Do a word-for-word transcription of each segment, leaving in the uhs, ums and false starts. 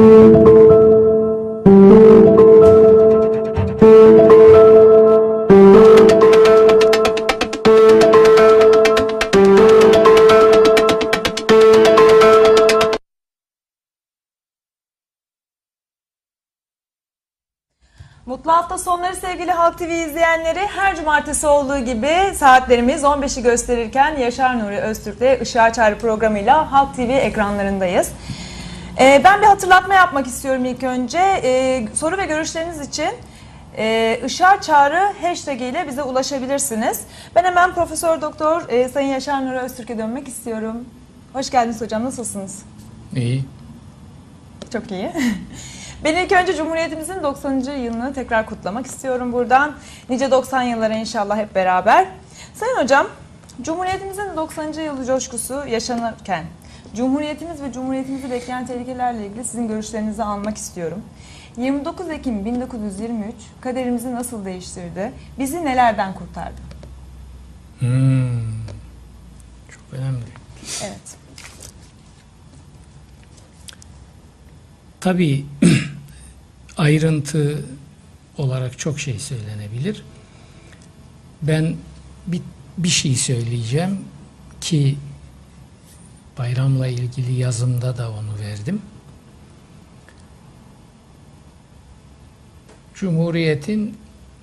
Mutlu hafta sonları sevgili Halk T V izleyenleri. Her cumartesi olduğu gibi saatlerimiz on beşi gösterirken Yaşar Nuri Öztürk'le Işığa Çağrı programıyla Halk T V ekranlarındayız. Ee, ben bir hatırlatma yapmak istiyorum ilk önce. Ee, soru ve görüşleriniz için e, Işığa Çağrı hashtag ile bize ulaşabilirsiniz. Ben hemen Profesör Doktor e, Sayın Yaşar Nuri Öztürk'e dönmek istiyorum. Hoş geldiniz hocam, nasılsınız? İyi. Çok iyi. Ben ilk önce Cumhuriyetimizin doksanıncı yılını tekrar kutlamak istiyorum buradan. Nice doksan yıllara inşallah hep beraber. Sayın hocam, Cumhuriyetimizin doksanıncı yılı coşkusu yaşanırken Cumhuriyetimiz ve Cumhuriyetimizi bekleyen tehlikelerle ilgili sizin görüşlerinizi almak istiyorum. yirmi dokuz Ekim bin dokuz yüz yirmi üç kaderimizi nasıl değiştirdi? Bizi nelerden kurtardı? Hmm. Çok önemli. Evet. Tabii ayrıntı olarak çok şey söylenebilir. Ben bir, bir şey söyleyeceğim ki bayramla ilgili yazımda da onu verdim. Cumhuriyetin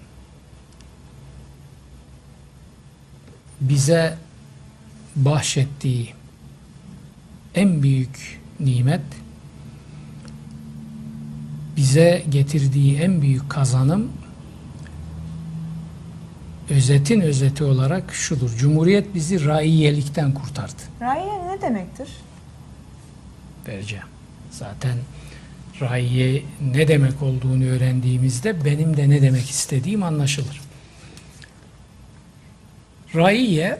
bize bahşettiği en büyük nimet, bize getirdiği en büyük kazanım, özetin özeti olarak şudur: Cumhuriyet bizi raiyelikten kurtardı. Raiye ne demektir? Vereceğim. Zaten raiye ne demek olduğunu öğrendiğimizde benim de ne demek istediğim anlaşılır. Raiye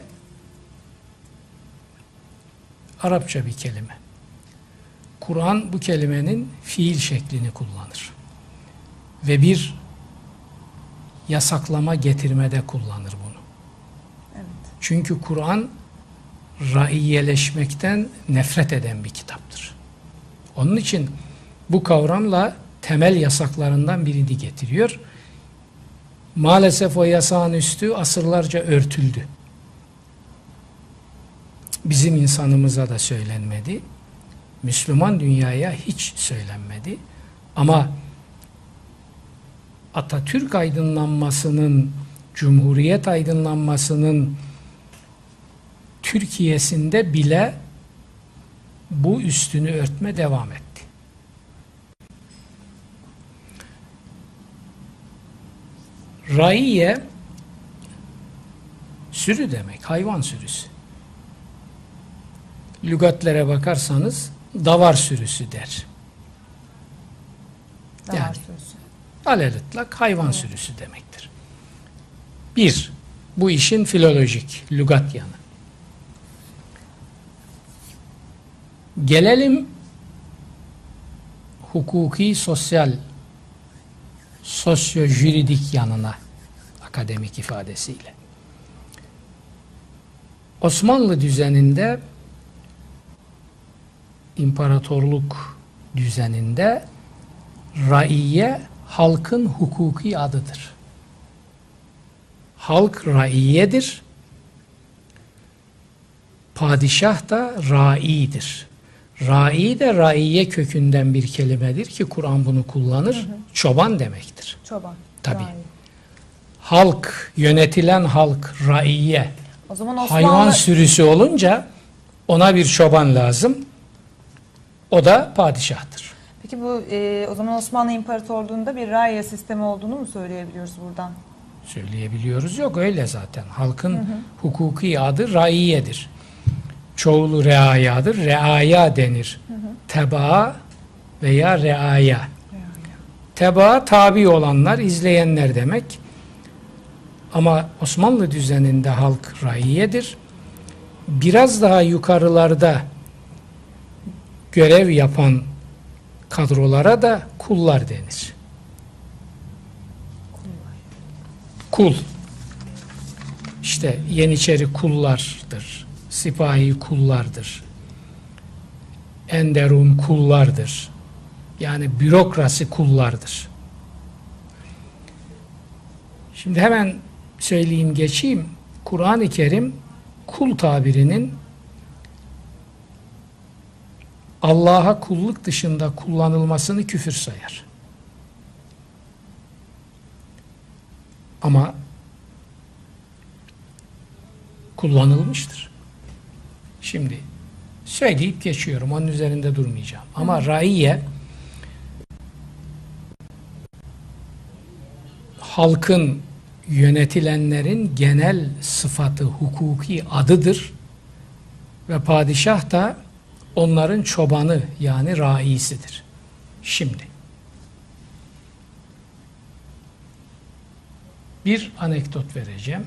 Arapça bir kelime. Kur'an bu kelimenin fiil şeklini kullanır. Ve bir yasaklama getirmede kullanır bunu. Evet. Çünkü Kur'an raiyeleşmekten nefret eden bir kitaptır. Onun için bu kavramla temel yasaklarından birini getiriyor. Maalesef o yasağın üstü asırlarca örtüldü. Bizim insanımıza da söylenmedi. Müslüman dünyaya hiç söylenmedi. Ama Atatürk aydınlanmasının, Cumhuriyet aydınlanmasının Türkiye'sinde bile bu üstünü örtme devam etti. Raiye sürü demek, hayvan sürüsü. Lügatlere bakarsanız davar sürüsü der. Davar yani, sürüsü. Alelütlak hayvan evet. sürüsü demektir. Bir, bu işin filolojik, lügat yanı. Gelelim hukuki, sosyal, sosyo-juridik yanına, akademik ifadesiyle. Osmanlı düzeninde, imparatorluk düzeninde raiye halkın hukuki adıdır. Halk raiyedir. Padişah da raidir. Rai de raiye kökünden bir kelimedir ki Kur'an bunu kullanır. Hı hı. Çoban demektir. Çoban. Tabii. Rai. Halk, yönetilen halk raiye. O zaman Osmanlı... Hayvan sürüsü olunca ona bir çoban lazım. O da padişahtır. Peki bu e, o zaman Osmanlı İmparatorluğu'nda bir raiye sistemi olduğunu mu söyleyebiliyoruz buradan? Söyleyebiliyoruz. Yok öyle zaten. Halkın hı hı. hukuki adı raiyedir. Çoğulu reayadır. Reaya denir. Hı hı. Tebaa veya reaya. reaya. Tebaa tabi olanlar, izleyenler demek. Ama Osmanlı düzeninde halk raiyedir. Biraz daha yukarılarda görev yapan kadrolara da kullar denir. Kul. İşte Yeniçeri kullardır. Sipahi kullardır. Enderun kullardır. Yani bürokrasi kullardır. Şimdi hemen söyleyeyim geçeyim. Kur'an-ı Kerim kul tabirinin Allah'a kulluk dışında kullanılmasını küfür sayar. Ama kullanılmıştır. Şimdi söyleyip geçiyorum. Onun üzerinde durmayacağım. Ama Hı. raiye halkın, yönetilenlerin genel sıfatı, hukuki adıdır. Ve padişah da onların çobanı, yani raisidir. Şimdi bir anekdot vereceğim.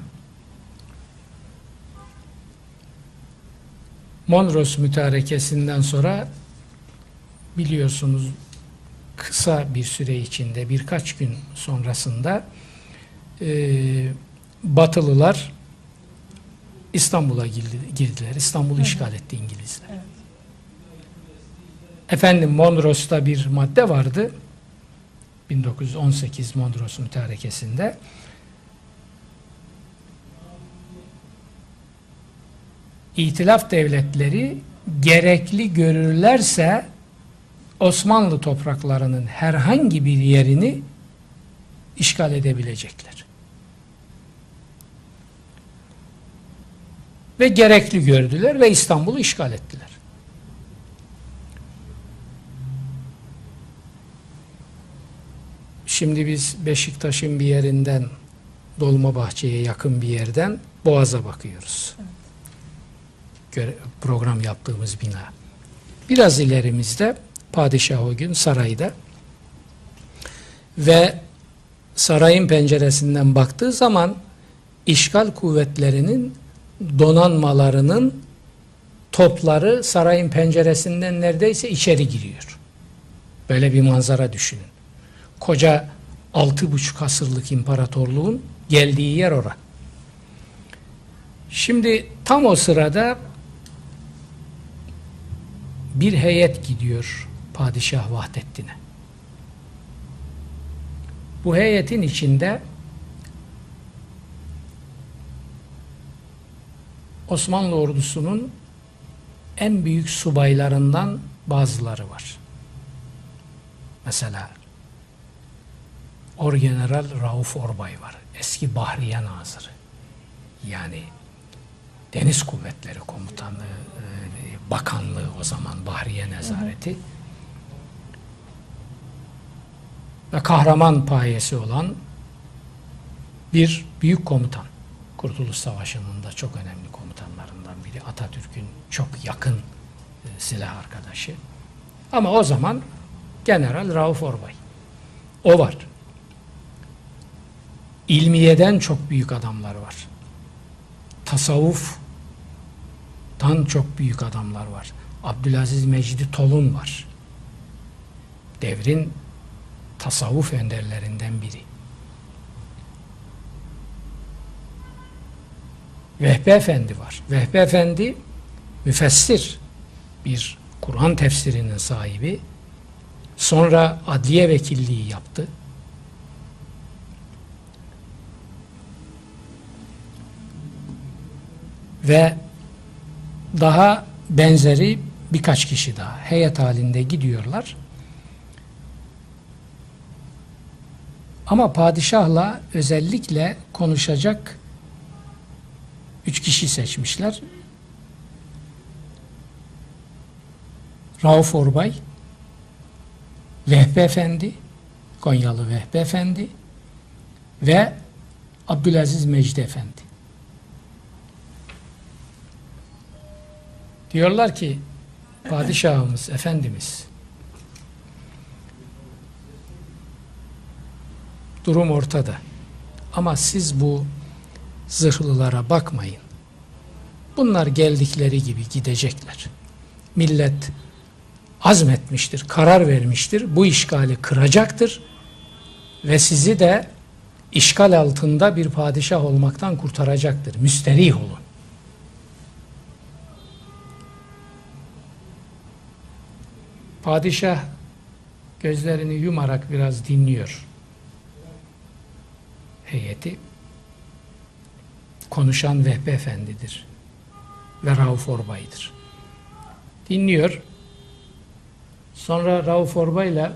Mondros mütarekesinden sonra biliyorsunuz kısa bir süre içinde, birkaç gün sonrasında e, Batılılar İstanbul'a girdiler. İstanbul'u işgal etti İngilizler. Evet. Efendim Mondros'ta bir madde vardı. bin dokuz yüz on sekiz Mondros mütarekesinde. İtilaf devletleri gerekli görürlerse Osmanlı topraklarının herhangi bir yerini işgal edebilecekler. Ve gerekli gördüler ve İstanbul'u işgal ettiler. Şimdi biz Beşiktaş'ın bir yerinden, Dolmabahçe'ye yakın bir yerden Boğaz'a bakıyoruz. Evet. Program yaptığımız bina. Biraz ilerimizde padişah o gün sarayda ve sarayın penceresinden baktığı zaman işgal kuvvetlerinin donanmalarının topları sarayın penceresinden neredeyse içeri giriyor. Böyle bir manzara düşünün. Koca altı buçuk asırlık imparatorluğun geldiği yer ora. Şimdi tam o sırada bir heyet gidiyor Padişah Vahdettin'e. Bu heyetin içinde Osmanlı ordusunun en büyük subaylarından bazıları var. Mesela Orgeneral Rauf Orbay var. Eski Bahriye Nazırı. Yani Deniz Kuvvetleri Komutanlığı, Bakanlığı o zaman Bahriye Nezareti. Hı hı. Ve kahraman payesi olan bir büyük komutan. Kurtuluş Savaşı'nın da çok önemli komutanlarından biri. Atatürk'ün çok yakın e, silah arkadaşı. Ama o zaman General Rauf Orbay. O var. İlmiyeden çok büyük adamlar var. Tasavvuftan çok büyük adamlar var. Abdülaziz Mecidi Tolun var. Devrin tasavvuf önderlerinden biri. Vehbi Efendi var. Vehbi Efendi müfessir, bir Kur'an tefsirinin sahibi. Sonra adliye vekilliği yaptı. Ve daha benzeri birkaç kişi daha heyet halinde gidiyorlar. Ama padişahla özellikle konuşacak üç kişi seçmişler. Rauf Orbay, Vehbi Efendi, Konyalı Vehbi Efendi ve Abdülaziz Mecidi Efendi. Diyorlar ki padişahımız, efendimiz, durum ortada. Ama siz bu zırhlılara bakmayın. Bunlar geldikleri gibi gidecekler. Millet azmetmiştir, karar vermiştir. Bu işgali kıracaktır. Ve sizi de işgal altında bir padişah olmaktan kurtaracaktır. Müsterih olun. Padişah gözlerini yumarak biraz dinliyor heyeti. Konuşan Vehbi Efendi'dir ve Rauf Orbay'dır. Dinliyor. Sonra Rauf Orbay'la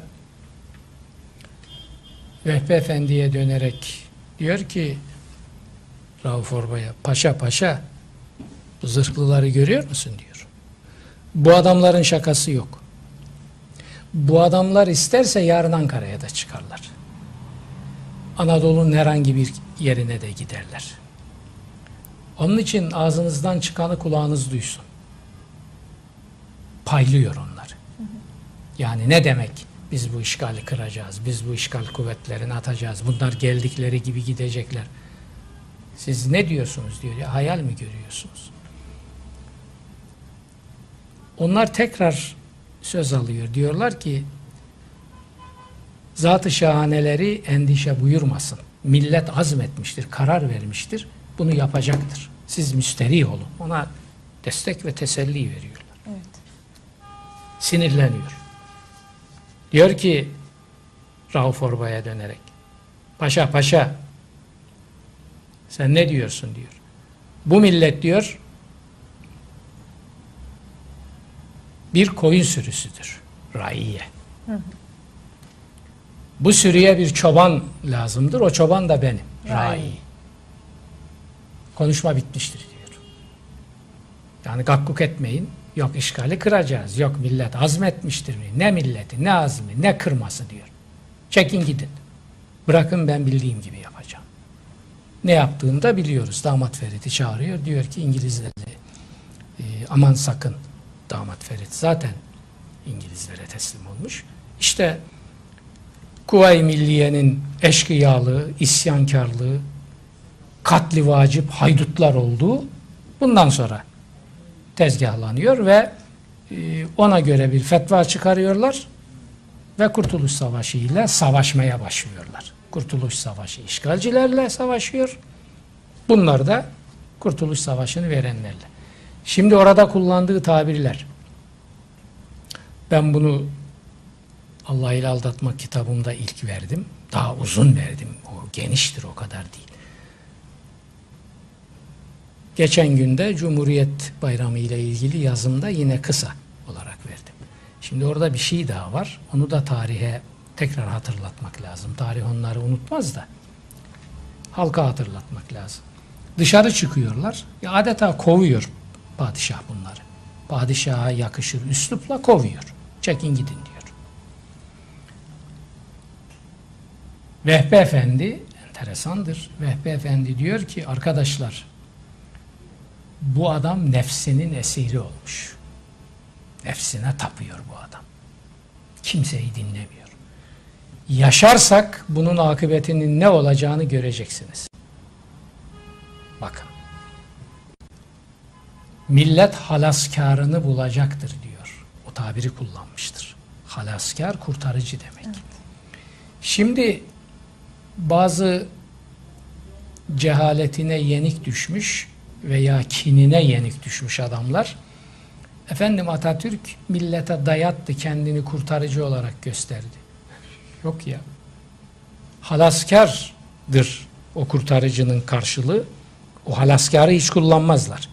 Vehbi Efendi'ye dönerek diyor ki Rauf Orbay'a, paşa paşa bu zırhlıları görüyor musun diyor. Bu adamların şakası yok. Bu adamlar isterse yarın Ankara'ya da çıkarlar. Anadolu'nun herhangi bir yerine de giderler. Onun için ağzınızdan çıkanı kulağınız duysun. Paylıyor onları. Yani ne demek? Biz bu işgali kıracağız, biz bu işgal kuvvetlerini atacağız, bunlar geldikleri gibi gidecekler. Siz ne diyorsunuz diyor ya, hayal mi görüyorsunuz? Onlar tekrar söz alıyor. Diyorlar ki Zat-ı şahaneleri endişe buyurmasın. Millet azmetmiştir, karar vermiştir. Bunu yapacaktır. Siz müsterih olun. Ona destek ve teselli veriyorlar. Evet. Sinirleniyor. Diyor ki Rauf Orbay'a dönerek, paşa paşa sen ne diyorsun diyor. Bu millet diyor bir koyun sürüsüdür. Raiye. Hı hı. Bu sürüye bir çoban lazımdır. O çoban da benim. Rai. Konuşma bitmiştir diyor. Yani gakkuk etmeyin. Yok işgali kıracağız. Yok millet azmetmiştir mi? Ne milleti, ne azmi, ne kırması diyor. Çekin gidin. Bırakın ben bildiğim gibi yapacağım. Ne yaptığını da biliyoruz. Damat Ferit'i çağırıyor. Diyor ki İngilizlerle e, aman sakın Damat Ferit zaten İngilizlere teslim olmuş. İşte Kuvayi Milliye'nin eşkıyalığı, isyankarlığı, katli vacip haydutlar olduğu bundan sonra tezgahlanıyor ve ona göre bir fetva çıkarıyorlar ve Kurtuluş Savaşı ile savaşmaya başlıyorlar. Kurtuluş Savaşı işgalcilerle savaşıyor. Bunlar da Kurtuluş Savaşı'nı verenlerle. Şimdi orada kullandığı tabirler, ben bunu Allah ile Aldatmak kitabımda ilk verdim. Daha uzun verdim. O geniştir, o kadar değil. Geçen günde Cumhuriyet Bayramı ile ilgili yazımda yine kısa olarak verdim. Şimdi orada bir şey daha var. Onu da tarihe tekrar hatırlatmak lazım. Tarih onları unutmaz da halka hatırlatmak lazım. Dışarı çıkıyorlar. Ya adeta kovuyor padişah bunları. Padişaha yakışır üslupla kovuyor. Çekin gidin diyor. Vehbi Efendi enteresandır. Vehbi Efendi diyor ki arkadaşlar bu adam nefsinin esiri olmuş. Nefsine tapıyor bu adam. Kimseyi dinlemiyor. Yaşarsak bunun akıbetinin ne olacağını göreceksiniz. Bakın. Millet halaskarını bulacaktır diyor. O tabiri kullanmıştır. Halaskar kurtarıcı demek. Evet. Şimdi bazı cehaletine yenik düşmüş veya kinine yenik düşmüş adamlar, efendim Atatürk millete dayattı, kendini kurtarıcı olarak gösterdi. Yok ya. Halaskardır o kurtarıcının karşılığı. O halaskarı hiç kullanmazlar.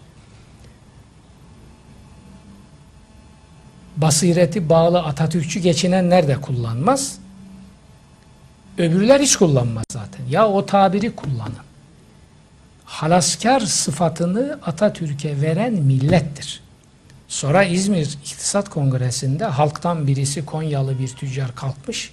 Basireti bağlı Atatürkçü geçinenler de kullanmaz. Öbürler hiç kullanmaz zaten. Ya o tabiri kullanın. Halaskar sıfatını Atatürk'e veren millettir. Sonra İzmir İktisat Kongresi'nde halktan birisi, Konyalı bir tüccar kalkmış.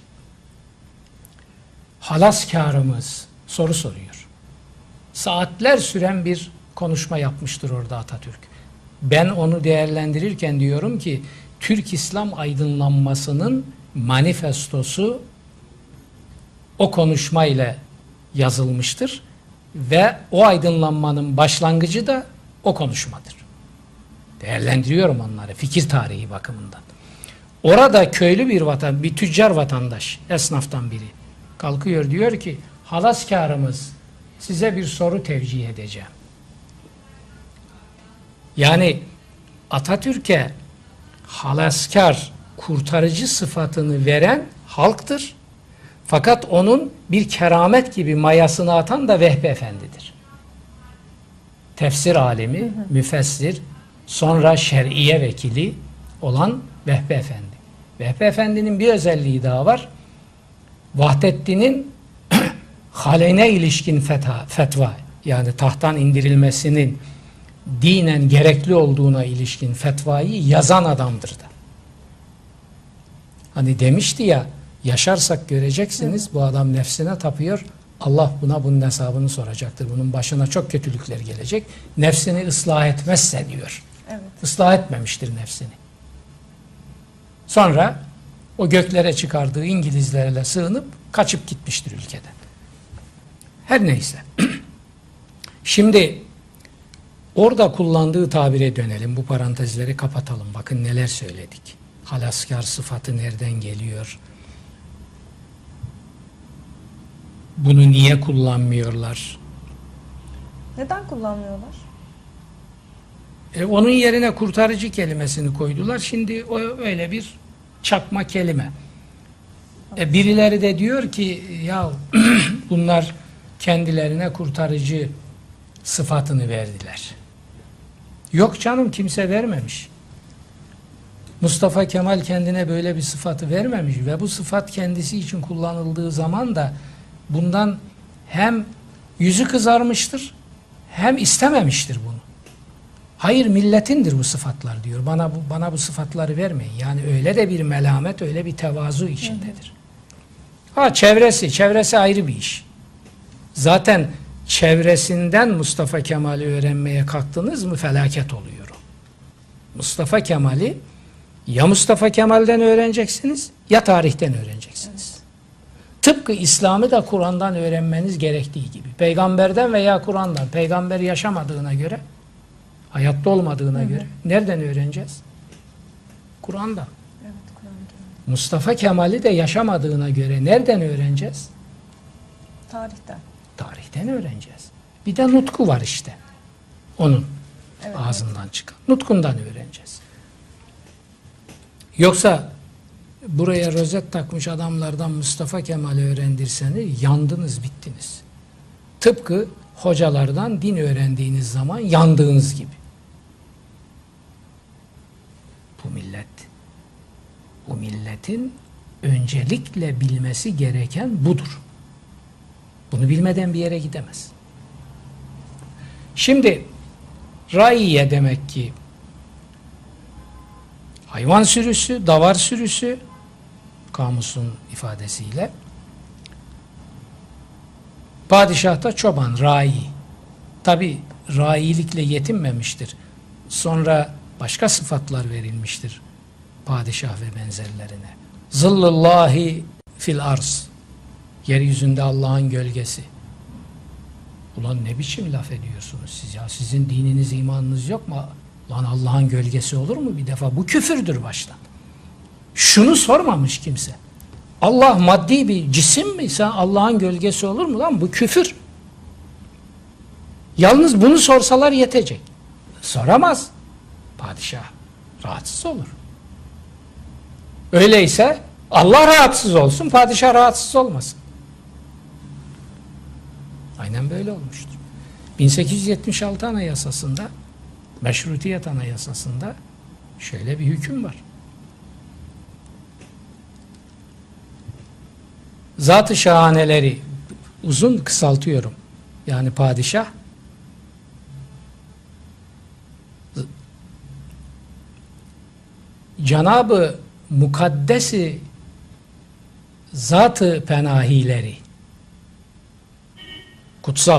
Halaskarımız soru soruyor. Saatler süren bir konuşma yapmıştır orada Atatürk. Ben onu değerlendirirken diyorum ki Türk İslam aydınlanmasının manifestosu o konuşma ile yazılmıştır ve o aydınlanmanın başlangıcı da o konuşmadır. Değerlendiriyorum onları fikir tarihi bakımından. Orada köylü bir vatan, bir tüccar vatandaş, esnaftan biri kalkıyor diyor ki halaskarımız size bir soru tevcih edeceğim. Yani Atatürk'e halaskar, kurtarıcı sıfatını veren halktır. Fakat onun bir keramet gibi mayasını atan da Vehbi Efendi'dir. Tefsir alimi, hı hı. müfessir, sonra şer'iye vekili olan Vehbi Efendi. Vehbi Efendi'nin bir özelliği daha var. Vahdettin'in halene ilişkin fetva, fetva, yani tahttan indirilmesinin dinen gerekli olduğuna ilişkin fetvayı yazan adamdır da. Hani demişti ya, yaşarsak göreceksiniz, bu adam nefsine tapıyor, Allah buna bunun hesabını soracaktır. Bunun başına çok kötülükler gelecek. Nefsini ıslah etmezse diyor. Evet. Islah etmemiştir nefsini. Sonra o göklere çıkardığı İngilizlerle sığınıp kaçıp gitmiştir ülkeden. Her neyse. Şimdi orada kullandığı tabire dönelim. Bu parantezleri kapatalım. Bakın neler söyledik. Halaskar sıfatı nereden geliyor? Bunu niye kullanmıyorlar? Neden kullanmıyorlar? E, onun yerine kurtarıcı kelimesini koydular. Şimdi o öyle bir çakma kelime. E, birileri de diyor ki ya bunlar kendilerine kurtarıcı sıfatını verdiler. Yok canım, kimse vermemiş. Mustafa Kemal kendine böyle bir sıfatı vermemiş ve bu sıfat kendisi için kullanıldığı zaman da bundan hem yüzü kızarmıştır hem istememiştir bunu. Hayır, milletindir bu sıfatlar diyor. Bana bu bana bu sıfatları vermeyin. Yani öyle de bir melamet, öyle bir tevazu içindedir. Ha çevresi, çevresi ayrı bir iş. Zaten çevresinden Mustafa Kemal'i öğrenmeye kalktınız mı felaket oluyor. Mustafa Kemal'i ya Mustafa Kemal'den öğreneceksiniz ya tarihten öğreneceksiniz. Tıpkı İslam'ı da Kur'an'dan öğrenmeniz gerektiği gibi. Peygamberden veya Kur'an'dan. Peygamber yaşamadığına göre, hayatta olmadığına hı hı. göre nereden öğreneceğiz? Kur'an'dan. Evet, Kur'an-ı Mustafa Kemal'i de yaşamadığına göre nereden öğreneceğiz? Tarihten. Tarihten öğreneceğiz. Bir de nutku var işte. Onun evet, ağzından evet. çıkan. Nutkundan öğreneceğiz. Yoksa buraya rozet takmış adamlardan Mustafa Kemal'i öğrendirseniz yandınız, bittiniz. Tıpkı hocalardan din öğrendiğiniz zaman yandığınız gibi. Bu millet, bu milletin öncelikle bilmesi gereken budur. Bunu bilmeden bir yere gidemez. Şimdi raiye demek ki hayvan sürüsü, davar sürüsü, kamusun ifadesiyle. Padişah da çoban, rai. Tabi railikle yetinmemiştir. Sonra başka sıfatlar verilmiştir padişah ve benzerlerine. Zıllullahi fil arz. Yeryüzünde Allah'ın gölgesi. Ulan ne biçim laf ediyorsunuz siz ya? Sizin dininiz, imanınız yok mu? Lan Allah'ın gölgesi olur mu bir defa? Bu küfürdür baştan. Şunu sormamış kimse. Allah maddi bir cisim mi? Sen Allah'ın gölgesi olur mu lan? Bu küfür. Yalnız bunu sorsalar yetecek. Soramaz. Padişah rahatsız olur. Öyleyse Allah rahatsız olsun, padişah rahatsız olmasın. Aynen böyle olmuştur. bin sekiz yüz yetmiş altı Anayasası'nda, Meşrutiyet Anayasası'nda şöyle bir hüküm var. Zat-ı şahaneleri, uzun kısaltıyorum, yani padişah Cenab-ı Mukaddesi zat-ı penahileri, kutsal,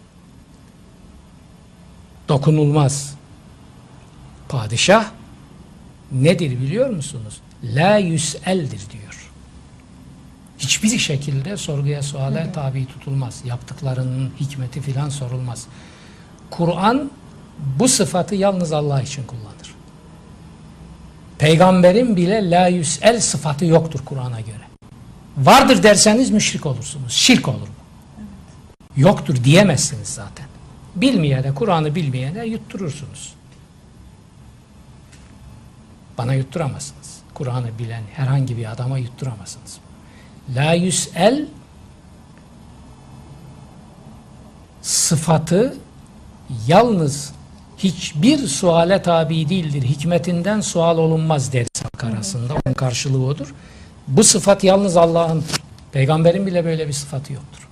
dokunulmaz padişah nedir biliyor musunuz? La yüs'eldir diyor. Hiçbir şekilde sorguya suale tabi tutulmaz. Yaptıklarının hikmeti filan sorulmaz. Kur'an bu sıfatı yalnız Allah için kullanır. Peygamberin bile la yüs'el sıfatı yoktur Kur'an'a göre. Vardır derseniz müşrik olursunuz. Şirk olur bu. Yoktur diyemezsiniz zaten. Bilmeyene, Kur'an'ı bilmeyene yutturursunuz. Bana yutturamazsınız. Kur'an'ı bilen herhangi bir adama yutturamazsınız. La yüs'el sıfatı yalnız hiçbir suale tabi değildir. Hikmetinden sual olunmaz deriz halk arasında. Onun karşılığı odur. Bu sıfat yalnız Allah'ın. Peygamberin bile böyle bir sıfatı yoktur.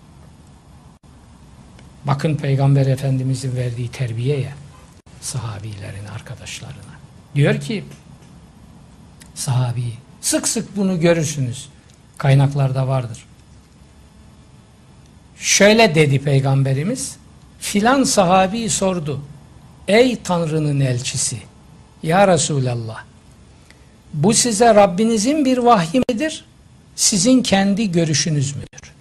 Bakın Peygamber Efendimizin verdiği terbiyeye, sahabilerine, arkadaşlarına. Diyor ki sahabi, sık sık bunu görürsünüz. Kaynaklarda vardır. Şöyle dedi Peygamberimiz, filan sahabi sordu. Ey Tanrı'nın elçisi, ya Resulallah, bu size Rabbinizin bir vahyi midir? Sizin kendi görüşünüz müdür?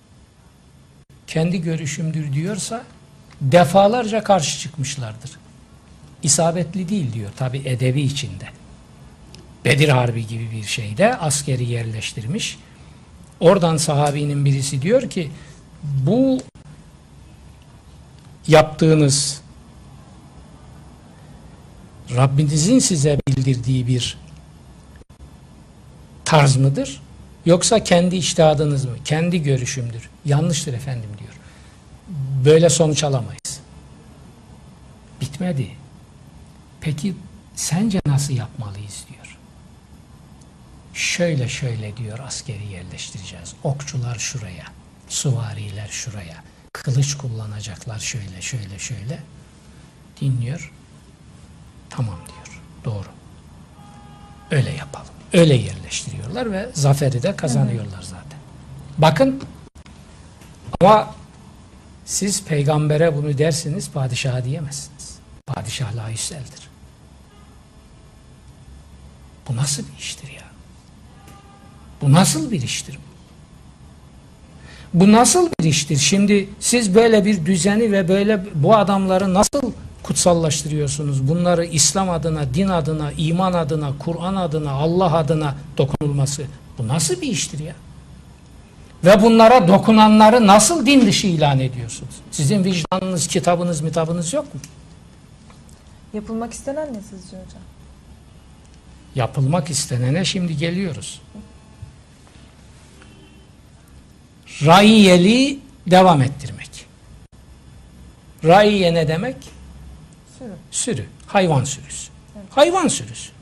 Kendi görüşümdür diyorsa defalarca karşı çıkmışlardır. İsabetli değil diyor tabi edebi içinde. Bedir Harbi gibi bir şeyde askeri yerleştirmiş. Oradan sahabinin birisi diyor ki bu yaptığınız Rabbinizin size bildirdiği bir tarz mıdır? Yoksa kendi içtihadınız mı? Kendi görüşümdür. Yanlıştır efendim diyor. Böyle sonuç alamayız. Bitmedi. Peki sence nasıl yapmalıyız diyor. Şöyle şöyle diyor askeri yerleştireceğiz. Okçular şuraya, süvariler şuraya, kılıç kullanacaklar şöyle şöyle şöyle. Dinliyor. Tamam diyor. Doğru. Öyle yapalım. Öyle yerleştiriyorlar ve zaferi de kazanıyorlar zaten. Bakın ama siz peygambere bunu dersiniz, padişaha diyemezsiniz. Padişah la yüseldir. Bu nasıl bir iştir ya? Bu nasıl bir iştir? Bu nasıl bir iştir? Şimdi siz böyle bir düzeni ve böyle bu adamları nasıl kutsallaştırıyorsunuz? Bunları İslam adına, din adına, iman adına, Kur'an adına, Allah adına dokunulması. Bu nasıl bir iştir ya? Ve bunlara dokunanları nasıl din dışı ilan ediyorsunuz? Sizin vicdanınız, kitabınız, mitabınız yok mu? Yapılmak istenen ne sizce hocam? Yapılmak istenene şimdi geliyoruz. Raiyeliği devam ettirmek. Raiye ne demek? Sürü. Sürü. Hayvan sürüsü. Evet. Hayvan sürüsü.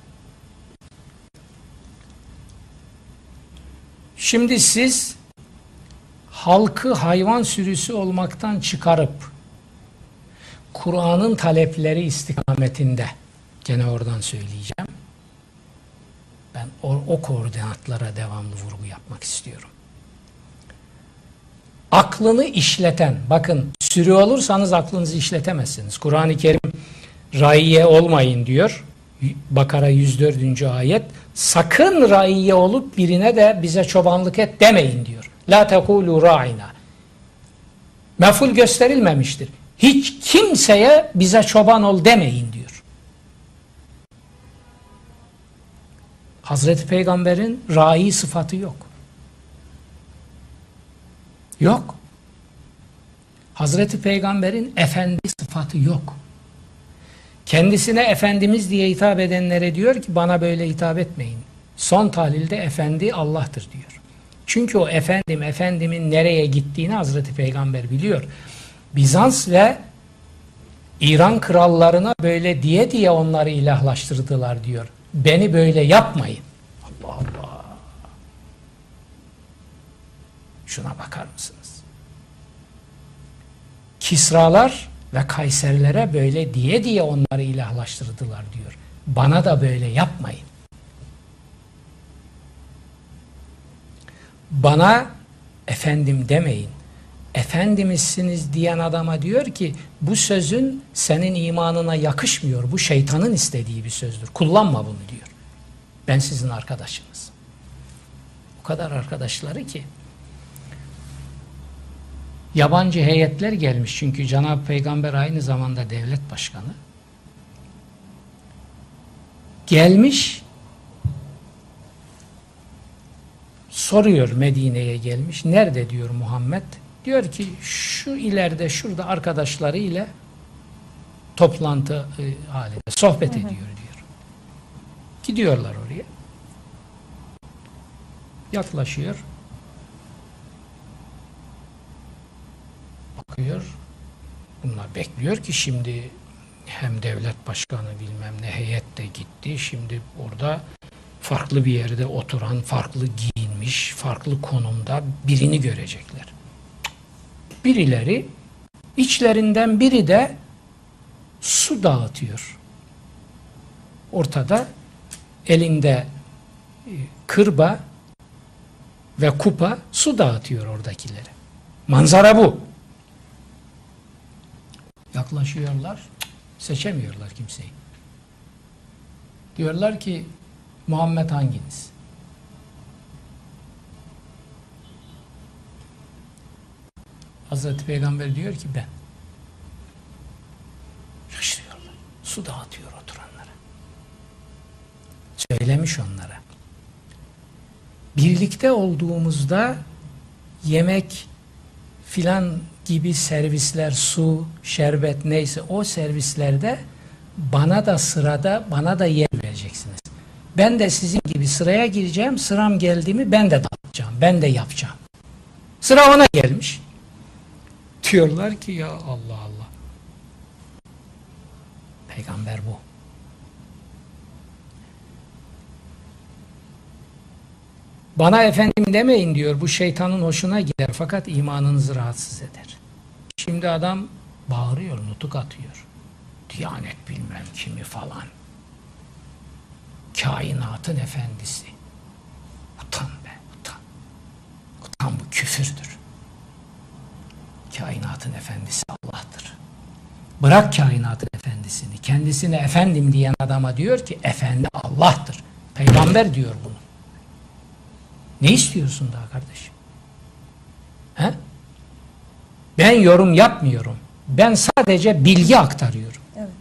Şimdi siz halkı hayvan sürüsü olmaktan çıkarıp Kur'an'ın talepleri istikametinde, gene oradan söyleyeceğim, ben o, o koordinatlara devamlı vurgu yapmak istiyorum. Aklını işleten, bakın sürü olursanız aklınızı işletemezsiniz. Kur'an-ı Kerim raiye olmayın diyor. Bakara yüz dördüncü ayet. Sakın raiye olup birine de bize çobanlık et demeyin diyor. La tekulu ra'ina. Mef'ul gösterilmemiştir. Hiç kimseye bize çoban ol demeyin diyor. Hazreti Peygamber'in rai sıfatı yok. Yok. Hazreti Peygamber'in efendi sıfatı yok. Kendisine Efendimiz diye hitap edenlere diyor ki bana böyle hitap etmeyin. Son tahlilde efendi Allah'tır diyor. Çünkü o efendim, efendimin nereye gittiğini Hazreti Peygamber biliyor. Bizans ve İran krallarına böyle diye diye onları ilahlaştırdılar diyor. Beni böyle yapmayın. Allah Allah. Şuna bakar mısınız? Kisralar ve Kayserlere böyle diye diye onları ilahlaştırdılar diyor. Bana da böyle yapmayın. Bana efendim demeyin. Efendimizsiniz diyen adama diyor ki bu sözün senin imanına yakışmıyor. Bu şeytanın istediği bir sözdür. Kullanma bunu diyor. Ben sizin arkadaşınız. O kadar arkadaşları ki yabancı heyetler gelmiş. Çünkü Cenab-ı Peygamber aynı zamanda devlet başkanı. Gelmiş soruyor, Medine'ye gelmiş. Nerede diyor Muhammed? Diyor ki şu ileride şurada arkadaşları ile toplantı e, halinde sohbet ediyor diyor. Gidiyorlar oraya. Yaklaşıyor. bakıyor. Bunlar bekliyor ki şimdi hem devlet başkanı bilmem ne heyet de gitti. Şimdi orada farklı bir yerde oturan, farklı giyinmiş, farklı konumda birini görecekler. Birileri, içlerinden biri de su dağıtıyor. Ortada elinde kırba ve kupa su dağıtıyor oradakilere. Manzara bu. Yaklaşıyorlar, seçemiyorlar kimseyi. Diyorlar ki Muhammed hanginiz? Hazreti Peygamber diyor ki ben. Şaşırıyorlar. Su dağıtıyor oturanlara. Söylemiş onlara. Birlikte olduğumuzda yemek filan gibi servisler, su, şerbet neyse o servislerde bana da sırada, bana da yer vereceksiniz. Ben de sizin gibi sıraya gireceğim, sıram geldi mi ben de dağıtacağım, ben de yapacağım. Sıra ona gelmiş. Diyorlar ki ya Allah Allah. Peygamber bu. Bana efendim demeyin diyor, bu şeytanın hoşuna gider fakat imanınızı rahatsız eder. Şimdi adam bağırıyor, nutuk atıyor. Diyanet bilmem kimi falan. Kainatın efendisi. Utan be, utan. Utan, bu küfürdür. Kainatın efendisi Allah'tır. Bırak kainatın efendisini. Kendisine efendim diyen adama diyor ki efendi Allah'tır. Peygamber diyor bunu. Ne istiyorsun daha kardeşim? He? Ben yorum yapmıyorum. Ben sadece bilgi aktarıyorum. Evet.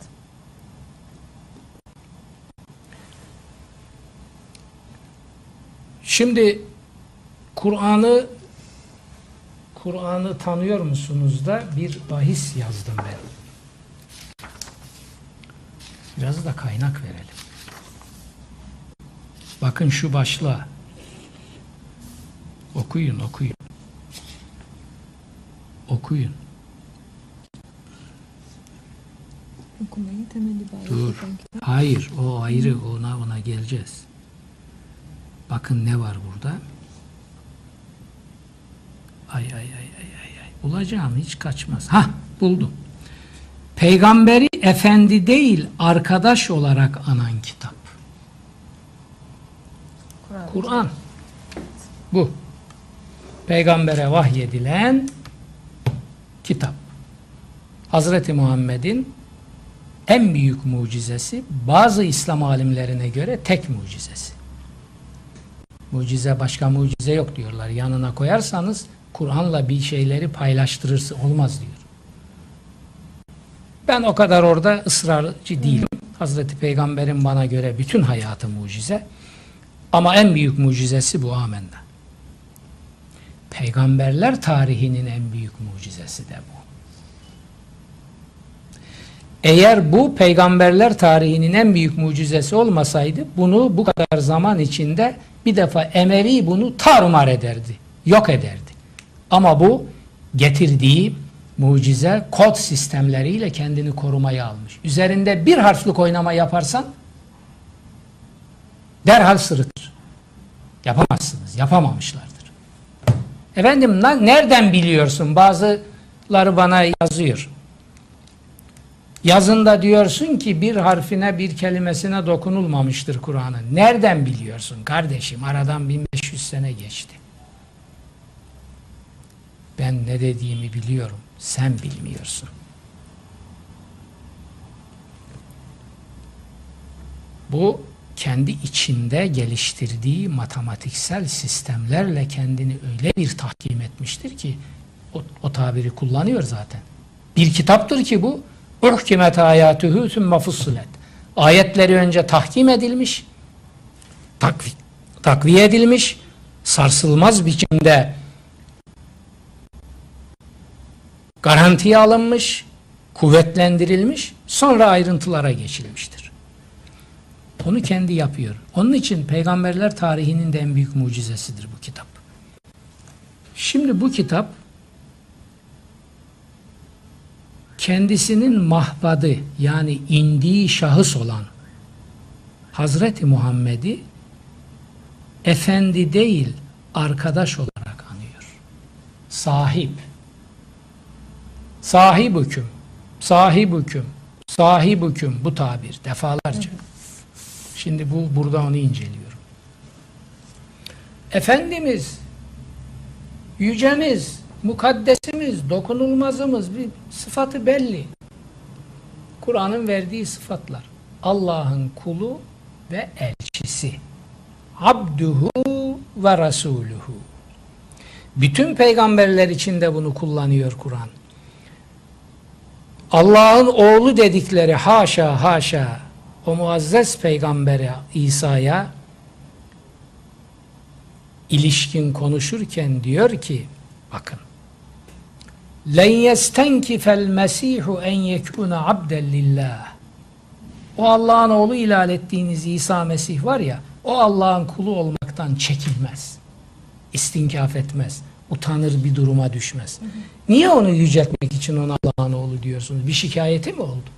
Şimdi Kur'an'ı Kur'an'ı tanıyor musunuz da bir bahis yazdım ben. Biraz da kaynak verelim. Bakın şu başlığa. Okuyun, okuyun. Okuyun. Okumayı temeli bağlı. Dur. Hayır, o ayrı. Ona ona geleceğiz. Bakın ne var burada. Ay ay ay ay ay ay. Bulacağım, hiç kaçmaz. Hah, buldum. Peygamberi efendi değil, arkadaş olarak anan kitap. Kur'an. Kur'an. Bu. Peygambere vahyedilen kitap. Hazreti Muhammed'in en büyük mucizesi, bazı İslam alimlerine göre tek mucizesi. Mucize, başka mucize yok diyorlar. Yanına koyarsanız Kur'an'la bir şeyleri paylaştırırsa olmaz diyor. Ben o kadar orada ısrarcı değilim. Hazreti Peygamber'in bana göre bütün hayatı mucize. Ama en büyük mucizesi bu, amenna. Peygamberler tarihinin en büyük mucizesi de bu. Eğer bu peygamberler tarihinin en büyük mucizesi olmasaydı, bunu bu kadar zaman içinde bir defa emeri bunu tarumar ederdi, yok ederdi. Ama bu getirdiği mucize kod sistemleriyle kendini korumaya almış. Üzerinde bir harflik oynama yaparsan derhal sırıtır. Yapamazsınız, yapamamışlardır. Efendim nereden biliyorsun? Bazıları bana yazıyor. Yazında diyorsun ki bir harfine, bir kelimesine dokunulmamıştır Kur'an'ın. Nereden biliyorsun kardeşim? Aradan bin beş yüz sene geçti. Ben ne dediğimi biliyorum. Sen bilmiyorsun. Bu kendi içinde geliştirdiği matematiksel sistemlerle kendini öyle bir tahkim etmiştir ki o, o tabiri kullanıyor zaten. Bir kitaptır ki bu. Uhkimet ayatuhu sümme fussilet. Ayetleri önce tahkim edilmiş, takvi, takviye edilmiş, sarsılmaz biçimde garantiye alınmış, kuvvetlendirilmiş, sonra ayrıntılara geçilmiştir. Onu kendi yapıyor. Onun için peygamberler tarihinin de en büyük mucizesidir bu kitap. Şimdi bu kitap kendisinin mahvadı yani indiği şahıs olan Hazreti Muhammed'i efendi değil arkadaş olarak anıyor. Sahip. Sahibüküm. Sahibüküm. Sahibüküm bu tabir defalarca. Şimdi bu burada onu inceliyorum. Efendimiz, yücemiz, mukaddesimiz, dokunulmazımız bir sıfatı belli. Kur'an'ın verdiği sıfatlar. Allah'ın kulu ve elçisi. Abduhu ve rasuluhu. Bütün peygamberler için de bunu kullanıyor Kur'an. Allah'ın oğlu dedikleri haşa haşa o muazzez peygambere İsa'ya ilişkin konuşurken diyor ki bakın len yestenkifel mesihu en yekuna abden lillah. O Allah'ın oğlu ilan ettiğiniz İsa Mesih var ya, o Allah'ın kulu olmaktan çekinmez. İstinkaf etmez. Utanır bir duruma düşmez. Hı hı. Niye onu yüceltmek için ona Allah'ın oğlu diyorsunuz? Bir şikayeti mi oldu?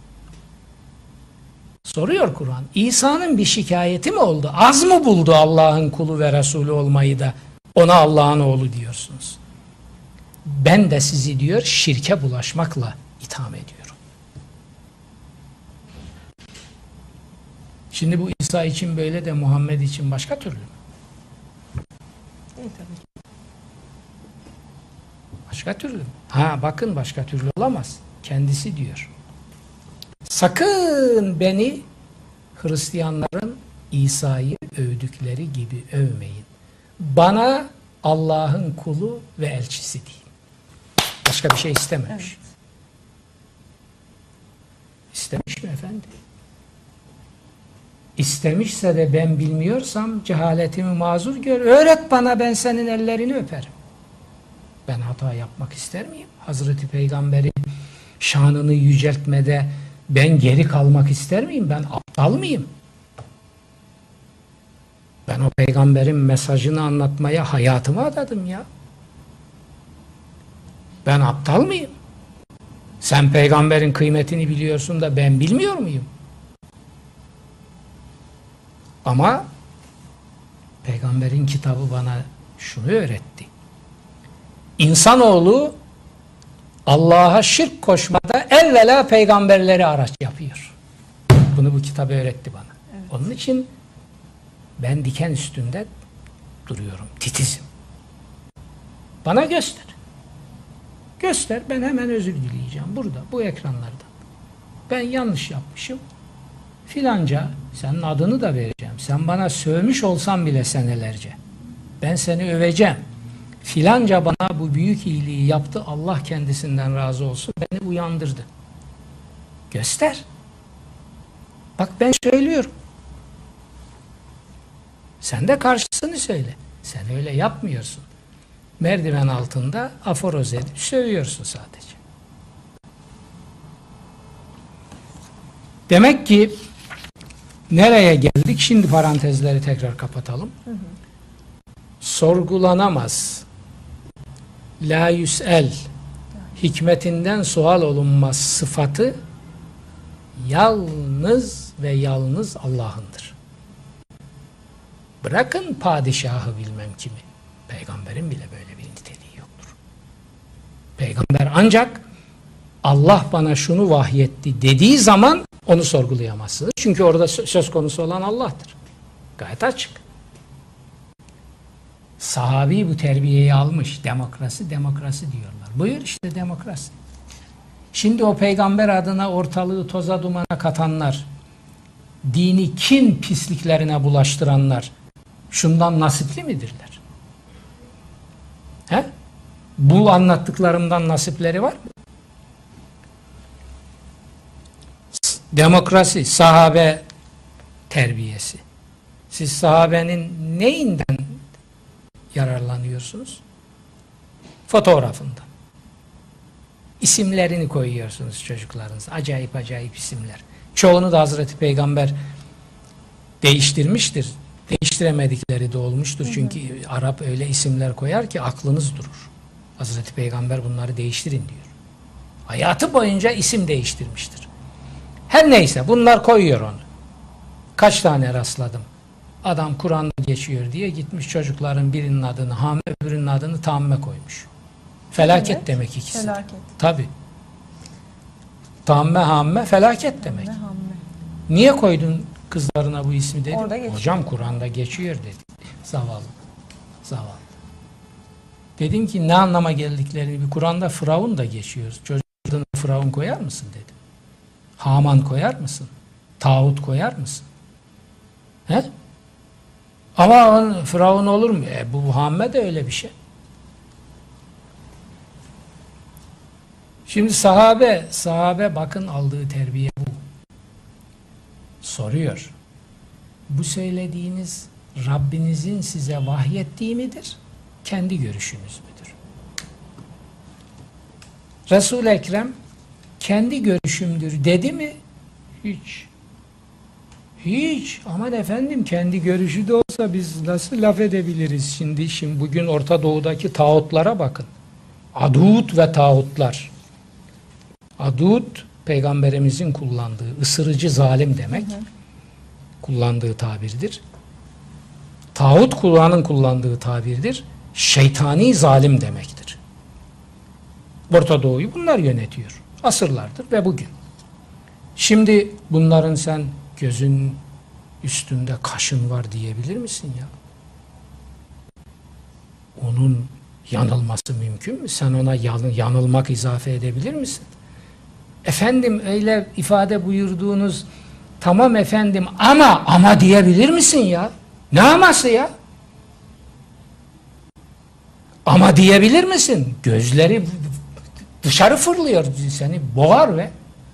Soruyor Kur'an. İsa'nın bir şikayeti mi oldu? Az mı buldu Allah'ın kulu ve Resulü olmayı da ona Allah'ın oğlu diyorsunuz? Ben de sizi diyor şirke bulaşmakla itham ediyorum. Şimdi bu İsa için böyle de Muhammed için başka türlü mü? Evet, tabii. Başka türlü mü? Ha bakın başka türlü olamaz. Kendisi diyor. Sakın beni Hristiyanların İsa'yı övdükleri gibi övmeyin. Bana Allah'ın kulu ve elçisi deyin. Başka bir şey istememiş. Evet. İstemiş mi efendim? İstemişse de ben bilmiyorsam cehaletimi mazur gör. Öğret bana, ben senin ellerini öperim. Ben hata yapmak ister miyim? Hazreti Peygamber'in şanını yüceltmede ben geri kalmak ister miyim? Ben aptal mıyım? Ben o peygamberin mesajını anlatmaya hayatımı adadım ya. Ben aptal mıyım? Sen peygamberin kıymetini biliyorsun da ben bilmiyor muyum? Ama peygamberin kitabı bana şunu öğretti. İnsanoğlu Allah'a şirk koşmada evvela peygamberleri araç yapıyor. Bunu bu kitap öğretti bana. Evet. Onun için ben diken üstünde duruyorum, titizim. Bana göster. Göster, ben hemen özür dileyeceğim. Burada, bu ekranlarda. Ben yanlış yapmışım. Filanca, senin adını da vereceğim. Sen bana sövmüş olsan bile senelerce. Ben seni öveceğim. Filanca bana bu büyük iyiliği yaptı. Allah kendisinden razı olsun. Beni uyandırdı. Göster. Bak ben söylüyorum. Sen de karşısını söyle. Sen öyle yapmıyorsun. Merdiven altında aforoz edip sövüyorsun sadece. Demek ki nereye geldik? Şimdi parantezleri tekrar kapatalım. Hı hı. Sorgulanamaz. La yüsel. Hikmetinden sual olunmaz sıfatı yalnız ve yalnız Allah'ındır. Bırakın padişahı bilmem kimi. Peygamberin bile böyle bir niteliği yoktur. Peygamber ancak Allah bana şunu vahyetti dediği zaman onu sorgulayamazsınız. Çünkü orada söz konusu olan Allah'tır. Gayet açık. Sahabi bu terbiyeyi almış. Demokrasi, demokrasi diyorlar. Buyur işte demokrasi. Şimdi o peygamber adına ortalığı toza dumana katanlar, dini kin pisliklerine bulaştıranlar şundan nasipli midirler? He? Bu anlattıklarımdan nasipleri var mı? Demokrasi, sahabe terbiyesi. Siz sahabenin neyinden yararlanıyorsunuz? Fotoğrafından. İsimlerini koyuyorsunuz çocuklarınız. Acayip acayip isimler. Çoğunu da Hazreti Peygamber değiştirmiştir. Değiştiremedikleri de olmuştur. Hı hı. Çünkü Arap öyle isimler koyar ki aklınız durur. Hazreti Peygamber bunları değiştirin diyor. Hayatı boyunca isim değiştirmiştir. Her neyse bunlar koyuyor onu. Kaç tane rastladım. Adam Kur'an'da geçiyor diye gitmiş çocukların birinin adını Hame, öbürünün adını Tamme koymuş. Felaket Evet, demek ikisi de. felaket. Tabii. Tamme, Hamme felaket demek. Hamme, hamme. Niye koydun kızlarına bu ismi dedim. Orada geçiyor. Hocam Kur'an'da geçiyor dedi. Zavallı. Zavallı. Dedim ki ne anlama geldiklerini bir Kur'an'da Firavun da geçiyor. Çocuğun Firavun koyar mısın dedim. Haman koyar mısın? Tağut koyar mısın? He? Ama Firavun olur mu? E, bu Muhammed de öyle bir şey. Şimdi sahabe, sahabe bakın aldığı terbiye bu. Soruyor. Bu söylediğiniz Rabbinizin size vahyettiği midir? Kendi görüşünüz müdür? Resul-i Ekrem kendi görüşümdür dedi mi? Hiç. Hiç. Aman efendim kendi görüşü de olsa biz nasıl laf edebiliriz şimdi? Şimdi bugün Orta Doğu'daki tağutlara bakın. Adut ve tağutlar. Adut peygamberimizin kullandığı ısırıcı zalim demek. Hı hı. Kullandığı tabirdir. Tağut Kur'an'ın kullandığı tabirdir. Şeytani zalim demektir. Orta Doğu'yu bunlar yönetiyor. Asırlardır ve bugün. Şimdi bunların sen gözün üstünde kaşın var diyebilir misin ya? Onun yanılması mümkün mü? Sen ona yanılmak izafe edebilir misin? Efendim öyle ifade buyurduğunuz tamam efendim ama ama diyebilir misin ya? Ne aması ya? Ama diyebilir misin? Gözleri dışarı fırlıyor, seni boğar ve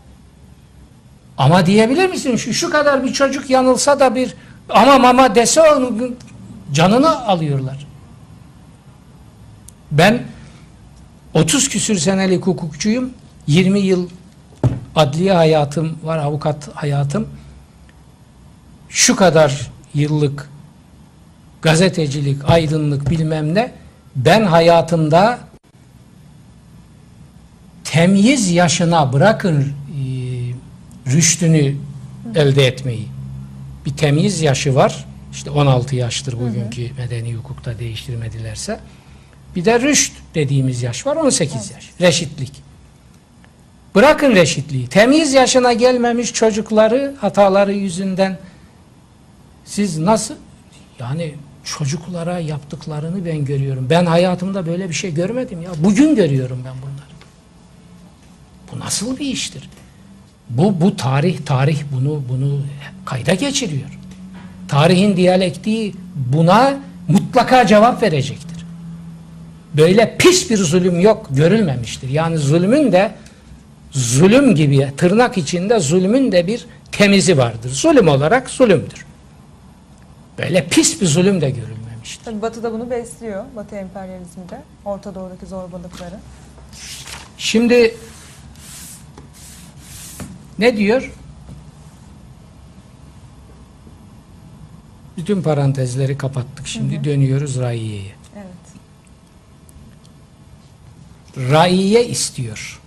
ama diyebilir misin? Şu, şu kadar bir çocuk yanılsa da bir ama mama dese onun canını alıyorlar. Ben otuz küsür senelik hukukçuyum. yirmi yıl adliye hayatım var, avukat hayatım. Şu kadar yıllık gazetecilik, aydınlık bilmem ne. Ben hayatımda temyiz yaşına bırakın e, rüştünü elde etmeyi. Bir temyiz yaşı var. İşte on altı yaştır bugünkü hı hı. medeni hukukta değiştirmedilerse. Bir de rüşt dediğimiz yaş var. on sekiz evet. yaş. Reşitlik. Bırakın reşitliği. Temyiz yaşına gelmemiş çocukları hataları yüzünden siz nasıl yani çocuklara yaptıklarını ben görüyorum. Ben hayatımda böyle bir şey görmedim ya. Bugün görüyorum ben bunları. Bu nasıl bir iştir? Bu bu tarih tarih bunu bunu kayda geçiriyor. Tarihin diyalektiği buna mutlaka cevap verecektir. Böyle pis bir zulüm yok, görülmemiştir. Yani zulmün de zulüm gibi tırnak içinde zulmün de bir temizi vardır. Zulüm olarak zulümdür. Böyle pis bir zulüm de görülmemiştir. Tabii Batı da bunu besliyor. Batı emperyalizmi de. Orta Doğu'daki zorbalıkları. Şimdi ne diyor? Bütün parantezleri kapattık. Şimdi hı hı. dönüyoruz Raiye'ye. Evet. Raiye istiyor.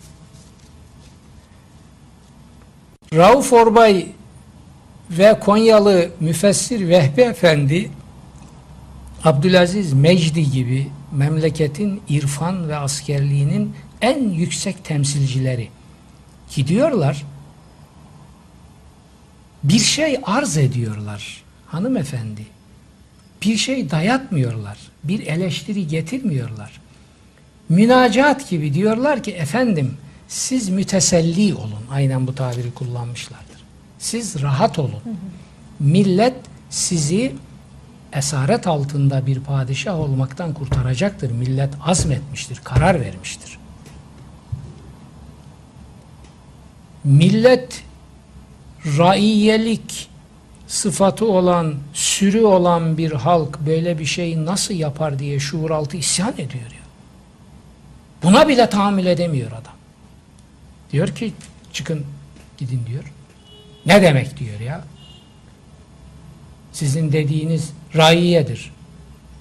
Rauf Orbay ve Konyalı müfessir Vehbi Efendi, Abdülaziz Mecdi gibi memleketin irfan ve askerliğinin en yüksek temsilcileri gidiyorlar, bir şey arz ediyorlar hanımefendi. Bir şey dayatmıyorlar. Bir eleştiri getirmiyorlar. Münacat gibi diyorlar ki efendim siz müteselli olun. Aynen bu tabiri kullanmışlardır. Siz rahat olun. Hı hı. Millet sizi esaret altında bir padişah olmaktan kurtaracaktır. Millet azmetmiştir, karar vermiştir. Millet raiyelik sıfatı olan, sürü olan bir halk böyle bir şeyi nasıl yapar diye şuuraltı isyan ediyor ya. Buna bile tahammül edemiyor adam. Diyor ki çıkın gidin diyor. Ne demek diyor ya? Sizin dediğiniz raiyedir.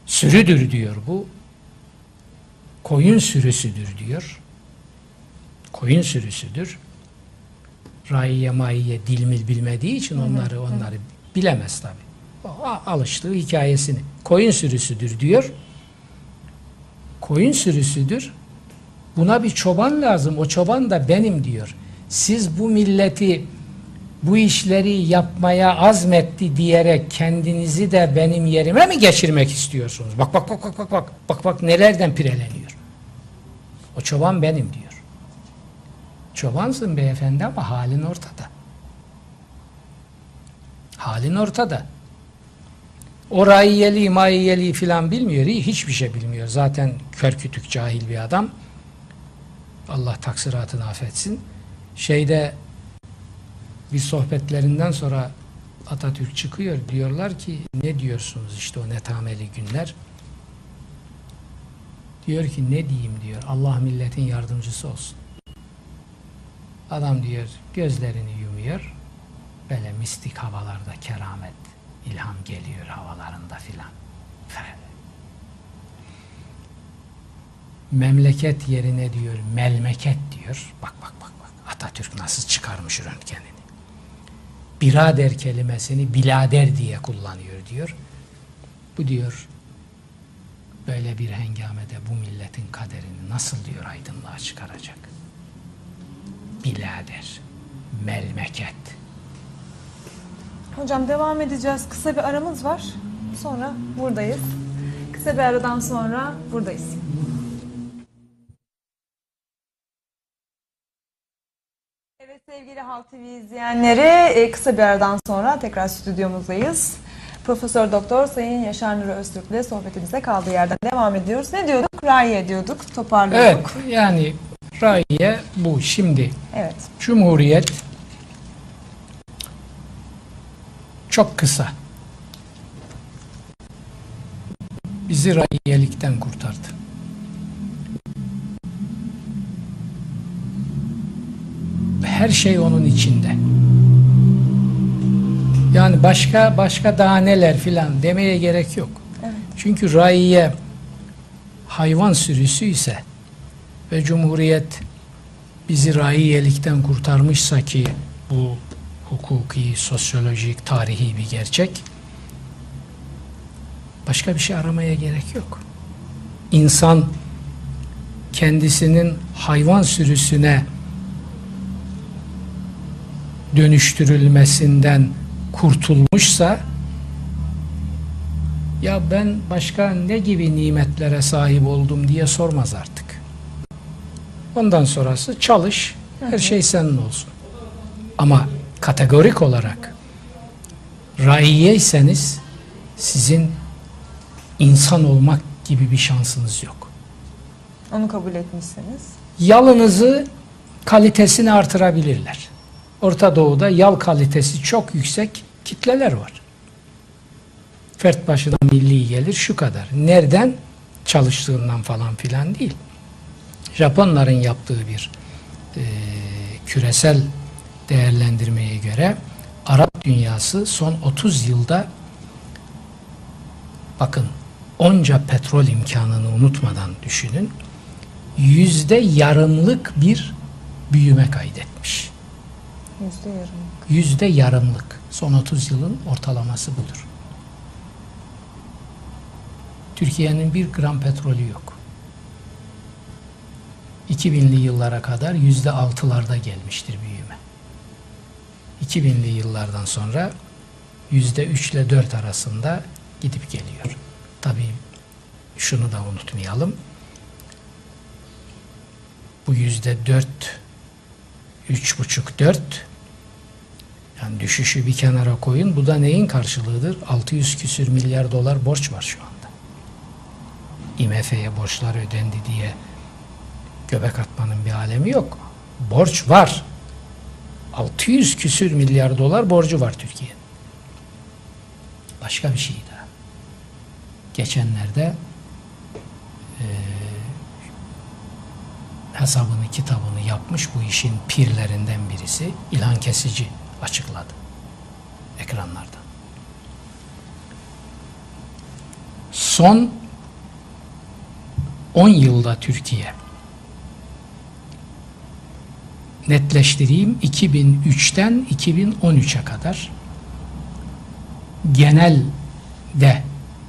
Sürüdür diyor bu. Koyun sürüsüdür diyor. koyun sürüsüdür. Raiye maiye dilmil bilmediği için onları onları bilemez tabi. Alıştığı hikayesini. Koyun sürüsüdür diyor. Koyun sürüsüdür. Buna bir çoban lazım. O çoban da benim diyor. Siz bu milleti bu işleri yapmaya azmetti diyerek kendinizi de benim yerime mi geçirmek istiyorsunuz? Bak bak bak bak bak bak bak bak nelerden pireleniyor. O çoban benim diyor. Çobansın beyefendi ama halin ortada. Halin ortada. O raiyeli, maiyeli filan bilmiyor. Hiçbir şey bilmiyor. Zaten kör kütük cahil bir adam. Allah taksiratını affetsin. Şeyde bir sohbetlerinden sonra Atatürk çıkıyor. Diyorlar ki ne diyorsunuz işte o netameli günler. Diyor ki ne diyeyim diyor. Allah milletin yardımcısı olsun. Adam diyor gözlerini yumuyor. Böyle mistik havalarda keramet, ilham geliyor havalarında filan. Memleket yerine diyor melmeket diyor. Bak bak bak bak. Atatürk nasıl çıkarmış röntgenini. Birader kelimesini bilader diye kullanıyor diyor. Bu diyor böyle bir hengamede bu milletin kaderini nasıl diyor aydınlığa çıkaracak? Bilader, melmeket. Hocam devam edeceğiz. Kısa bir aramız var. Sonra buradayız. Kısa bir aradan sonra buradayız. Evet sevgili Halk T V izleyenleri, kısa bir aradan sonra tekrar stüdyomuzdayız. Profesör Doktor Sayın Yaşar Nuri Öztürk'le sohbetimize kaldığı yerden devam ediyoruz. Ne diyorduk? Raiye diyorduk, toparlıyorduk. Evet, yani raiye bu. Şimdi evet. Cumhuriyet çok kısa. Bizi raiyelikten kurtardı. Her şey onun içinde. Yani başka başka daha neler filan demeye gerek yok. Evet. Çünkü raiye hayvan sürüsü ise ve Cumhuriyet bizi raiyelikten kurtarmışsa ki bu hukuki, sosyolojik, tarihi bir gerçek, başka bir şey aramaya gerek yok. İnsan kendisinin hayvan sürüsüne dönüştürülmesinden kurtulmuşsa ya ben başka ne gibi nimetlere sahip oldum diye sormaz artık. Ondan sonrası çalış, her şey senin olsun. Ama kategorik olarak raiyeyseniz sizin insan olmak gibi bir şansınız yok. Onu kabul etmişseniz. Yalınızı, kalitesini artırabilirler. Orta Doğu'da yal kalitesi çok yüksek kitleler var. Fert başına milli gelir şu kadar. Nereden? Çalıştığından falan filan değil. Japonların yaptığı bir e, küresel değerlendirmeye göre Arap dünyası son otuz yılda bakın onca petrol imkanını unutmadan düşünün, yüzde yarımlık bir büyüme kaydetmiş. Yüzde yarımlık. Yüzde yarımlık. Son otuz yılın ortalaması budur. Türkiye'nin bir gram petrolü yok. iki binli yıllara kadar yüzde altılarda gelmiştir büyüme. iki binli yıllardan sonra yüzde üç ile dört arasında gidip geliyor. Tabii şunu da unutmayalım. Bu yüzde dört, üç buçuk, dört, yani düşüşü bir kenara koyun. Bu da neyin karşılığıdır? altı yüz küsür milyar dolar borç var şu anda. I M F'ye borçlar ödendi diye göbek atmanın bir alemi yok. Borç var. altı yüz küsür milyar dolar borcu var Türkiye'nin. Başka bir şey daha. Geçenlerde e, hesabını kitabını yapmış bu işin pirlerinden birisi İlhan Kesici açıkladı ekranlardan. Son on yılda Türkiye netleştireyim. iki bin üçten iki bin on üçe kadar genelde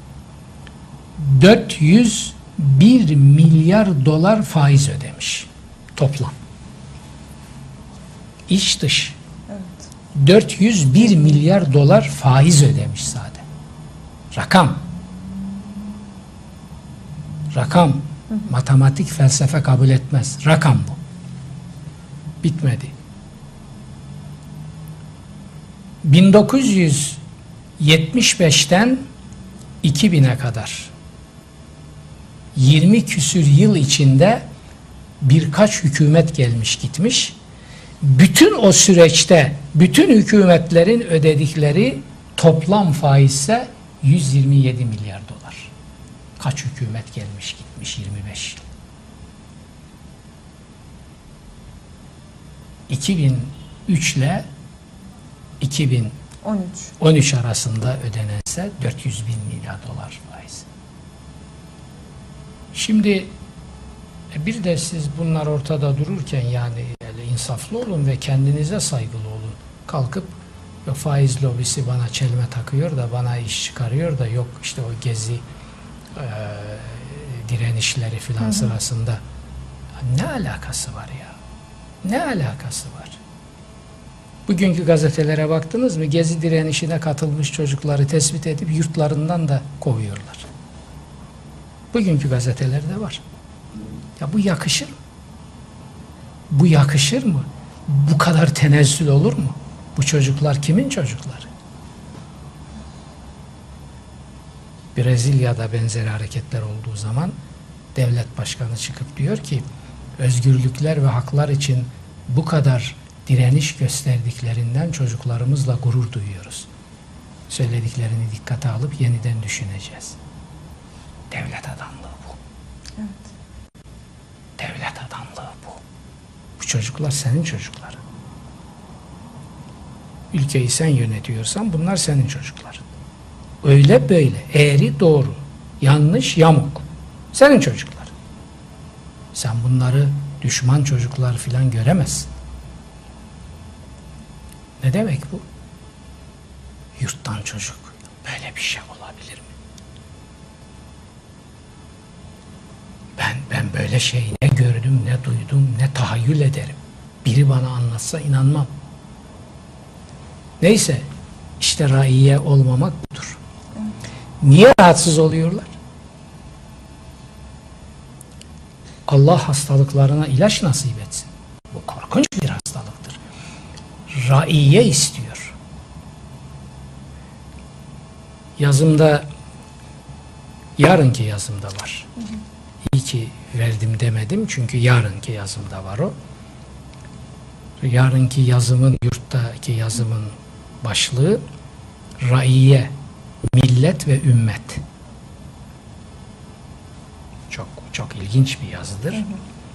dört yüz bir milyar dolar faiz ödemiş toplam. İç dış. Evet. dört yüz bir milyar dolar faiz ödemiş sade. Rakam. Rakam. Hı hı. Matematik, felsefe kabul etmez. Rakam bu. Bitmedi. bin dokuz yüz yetmiş beşten iki bine kadar yirmi küsür yıl içinde birkaç hükümet gelmiş gitmiş. Bütün o süreçte bütün hükümetlerin ödedikleri toplam faizse yüz yirmi yedi milyar dolar. Kaç hükümet gelmiş gitmiş yirmi beş yıl. iki bin üç ile iki bin on üç arasında ödenense dört yüz bin milyar dolar faiz. Şimdi bir de siz bunlar ortada dururken yani insaflı olun ve kendinize saygılı olun. Kalkıp yok faiz lobisi bana çelme takıyor da bana iş çıkarıyor da yok işte o gezi e, direnişleri filan hı hı. sırasında ne alakası var ya? Ne alakası var? Bugünkü gazetelere baktınız mı? Gezi direnişine katılmış çocukları tespit edip yurtlarından da kovuyorlar. Bugünkü gazetelerde var. Ya bu yakışır mı? Bu yakışır mı? Bu kadar tenezzül olur mu? Bu çocuklar kimin çocukları? Brezilya'da benzeri hareketler olduğu zaman devlet başkanı çıkıp diyor ki özgürlükler ve haklar için bu kadar direniş gösterdiklerinden çocuklarımızla gurur duyuyoruz. Söylediklerini dikkate alıp yeniden düşüneceğiz. Devlet adamlığı bu. Evet. Devlet adamlığı bu. Bu çocuklar senin çocukların. Ülkeyi sen yönetiyorsan bunlar senin çocukların. Öyle böyle, eğri doğru, yanlış yamuk. Senin çocukların. Sen bunları düşman çocuklar filan göremezsin. Ne demek bu? Yurttan çocuk. Böyle bir şey olabilir mi? Ben ben böyle şey ne gördüm, ne duydum, ne tahayyül ederim. Biri bana anlatsa inanmam. Neyse, işte raiye olmamak budur. Niye rahatsız oluyorlar? Allah hastalıklarına ilaç nasip etsin. Bu korkunç bir hastalıktır. Raiye istiyor. Yazımda, yarınki yazımda var. Hı hı. İyi ki verdim demedim çünkü yarınki yazımda var o. Yarınki yazımın, yurttaki yazımın başlığı raiye, millet ve ümmet. Çok çok ilginç bir yazıdır. Hı hı.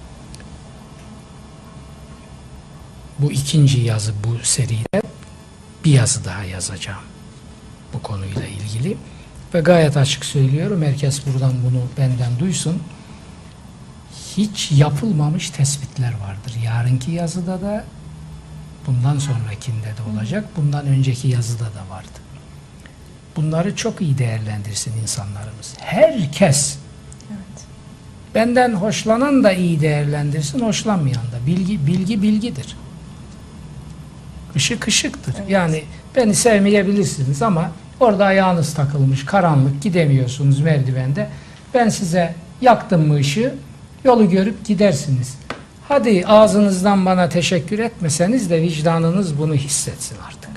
Bu ikinci yazı bu seride bir yazı daha yazacağım bu konuyla ilgili ve gayet açık söylüyorum. Herkes buradan bunu benden duysun. Hiç yapılmamış tespitler vardır. Yarınki yazıda da bundan sonrakinde de olacak. Bundan önceki yazıda da vardı. Bunları çok iyi değerlendirsin insanlarımız. Herkes. Evet. Benden hoşlanan da iyi değerlendirsin, hoşlanmayan da. Bilgi bilgi bilgidir. Işık ışıktır. Evet. Yani beni sevmeyebilirsiniz ama orada ayağınız takılmış, karanlık, gidemiyorsunuz merdivende. Ben size yaktım mı ışığı, yolu görüp gidersiniz. Hadi ağzınızdan bana teşekkür etmeseniz de vicdanınız bunu hissetsin artık.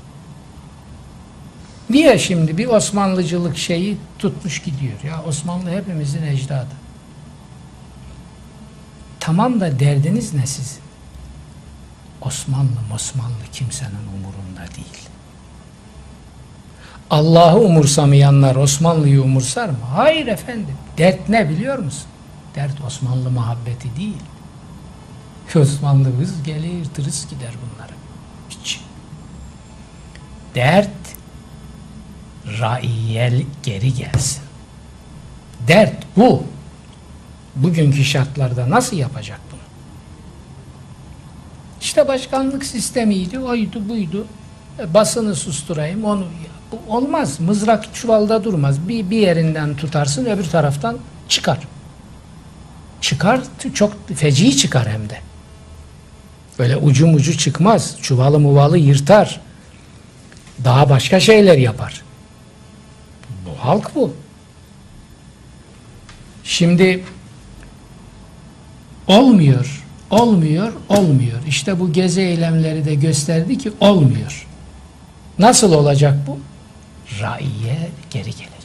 Niye şimdi bir Osmanlıcılık şeyi tutmuş gidiyor? Ya Osmanlı hepimizin ecdadı. Tamam da derdiniz ne sizin? Osmanlı, Osmanlı kimsenin umurunda değil. Allah'ı umursamayanlar Osmanlı'yı umursar mı? Hayır efendim. Dert ne biliyor musun? Dert Osmanlı muhabbeti değil. Osmanlı hız gelir, tırıs gider bunları. Hiç. Dert raiyel geri gelsin. Dert bu. Bugünkü şartlarda nasıl yapacak bunu? İşte işte başkanlık sistemiydi, oydu buydu. E, basını susturayım, onu bu olmaz. Mızrak çuvalda durmaz. Bir, bir yerinden tutarsın, öbür taraftan çıkar. Çıkar, çok feci çıkar hem de. Böyle ucu ucu çıkmaz. Çuvalı muvalı yırtar. Daha başka şeyler yapar. Bu halk bu. Şimdi olmuyor, olmuyor, olmuyor. İşte bu gezi eylemleri de gösterdi ki olmuyor. Nasıl olacak bu? Raiye geri gelecek.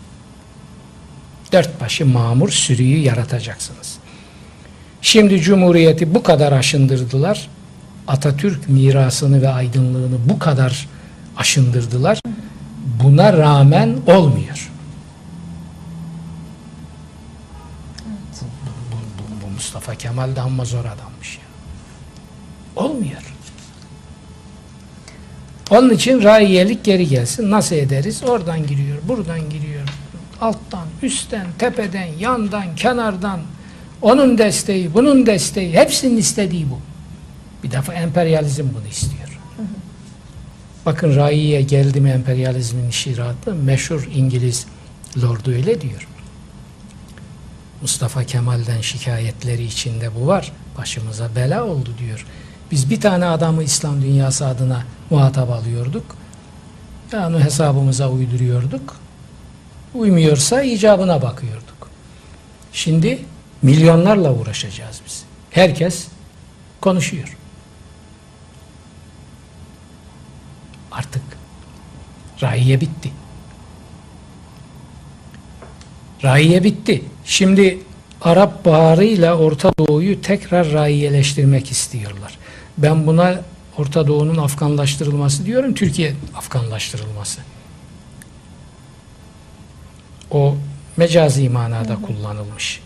Dört başı mamur sürüyü yaratacaksınız. Şimdi Cumhuriyeti bu kadar aşındırdılar. Atatürk mirasını ve aydınlığını bu kadar aşındırdılar. Buna rağmen olmuyor. Bu, bu, bu, bu Mustafa Kemal de amma zor adammış ya. Olmuyor. Onun için raiyelik geri gelsin. Nasıl ederiz? Oradan giriyor, buradan giriyor. Alttan, üstten, tepeden, yandan, kenardan. Onun desteği, bunun desteği. Hepsinin istediği bu. Bir defa emperyalizm bunu istiyor. Hı hı. Bakın raiye geldi mi emperyalizmin şiratı, meşhur İngiliz lordu öyle diyor. Mustafa Kemal'den şikayetleri içinde bu var. Başımıza bela oldu diyor. Biz bir tane adamı İslam dünyası adına muhatap alıyorduk. Yani hesabımıza uyduruyorduk. Uymuyorsa icabına bakıyorduk. Şimdi milyonlarla uğraşacağız biz. Herkes konuşuyor. Artık raiye bitti. Raiye bitti. Şimdi Arap Baharı ile Orta Doğu'yu tekrar raiyeleştirmek istiyorlar. Ben buna Orta Doğu'nun Afganlaştırılması diyorum, Türkiye Afganlaştırılması. O mecazi manada hı hı. kullanılmış.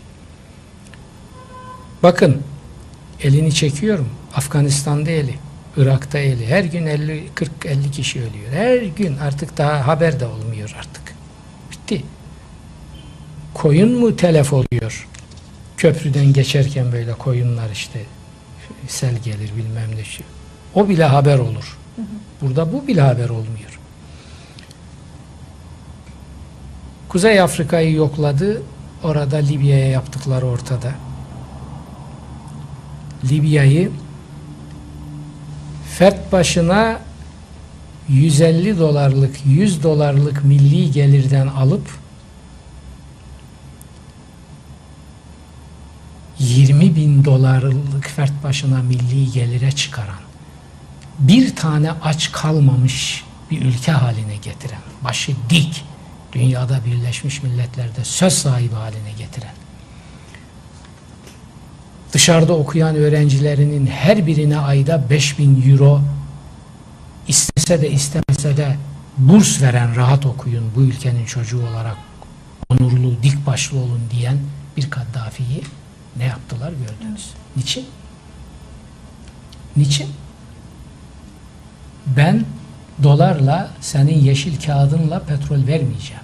Bakın, elini çekiyorum. Afganistan'da eli, Irak'ta eli. Her gün elli kırk elli kişi ölüyor. Her gün artık daha haber de olmuyor artık. Bitti. Koyun mu telef oluyor? Köprüden geçerken böyle koyunlar işte sel gelir bilmem ne şey. O bile haber olur. Hı hı. Burada bu bile haber olmuyor. Kuzey Afrika'yı yokladı. Orada Libya'ya yaptıkları ortada. Libya'yı fert başına yüz elli dolarlık, yüz dolarlık milli gelirden alıp yirmi bin dolarlık fert başına milli gelire çıkaran, bir tane aç kalmamış bir ülke haline getiren, başı dik, dünyada Birleşmiş Milletler'de söz sahibi haline getiren, dışarıda okuyan öğrencilerinin her birine ayda beş bin euro istese de istemese de burs veren, rahat okuyun bu ülkenin çocuğu olarak onurlu, dik başlı olun diyen bir Kaddafi'yi ne yaptılar gördünüz. Niçin? Niçin? Ben dolarla, senin yeşil kağıdınla petrol vermeyeceğim.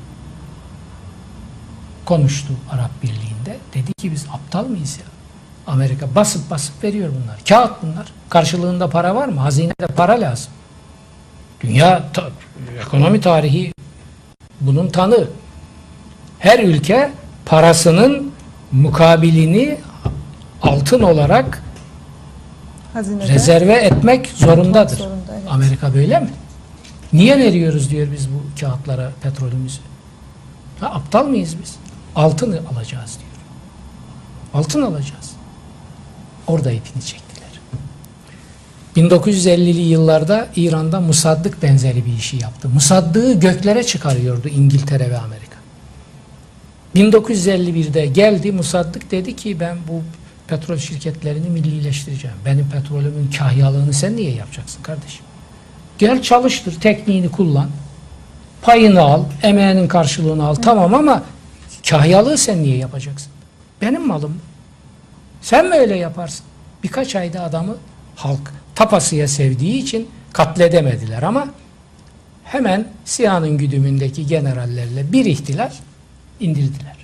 Konuştu Arap Birliği'nde. Dedi ki biz aptal mıyız ya? Amerika basıp basıp veriyor bunlar. Kağıt bunlar. Karşılığında para var mı? Hazinede para lazım. Dünya ta, ekonomi tarihi bunun tanığı. Her ülke parasının mukabilini altın olarak hazinede rezerve etmek zorundadır. Zorunda, evet. Amerika böyle mi? Niye veriyoruz diyor biz bu kağıtlara petrolümüzü? Ha, aptal mıyız biz? Altını alacağız diyor. Altın alacağız. Orada ipini çektiler. bin dokuz yüz ellili yıllarda İran'da Musaddık benzeri bir işi yaptı. Musaddık'ı göklere çıkarıyordu İngiltere ve Amerika. bin dokuz yüz elli birde geldi Musaddık dedi ki ben bu petrol şirketlerini millileştireceğim. Benim petrolümün kahyalığını sen niye yapacaksın kardeşim? Gel çalıştır, tekniğini kullan. Payını al, emeğinin karşılığını al. Hı. Tamam ama kahyalığı sen niye yapacaksın? Benim malım. Sen mi öyle yaparsın? Birkaç ayda adamı halk tapasıya sevdiği için katledemediler ama hemen Siyah'ın güdümündeki generallerle bir ihtilal indirdiler.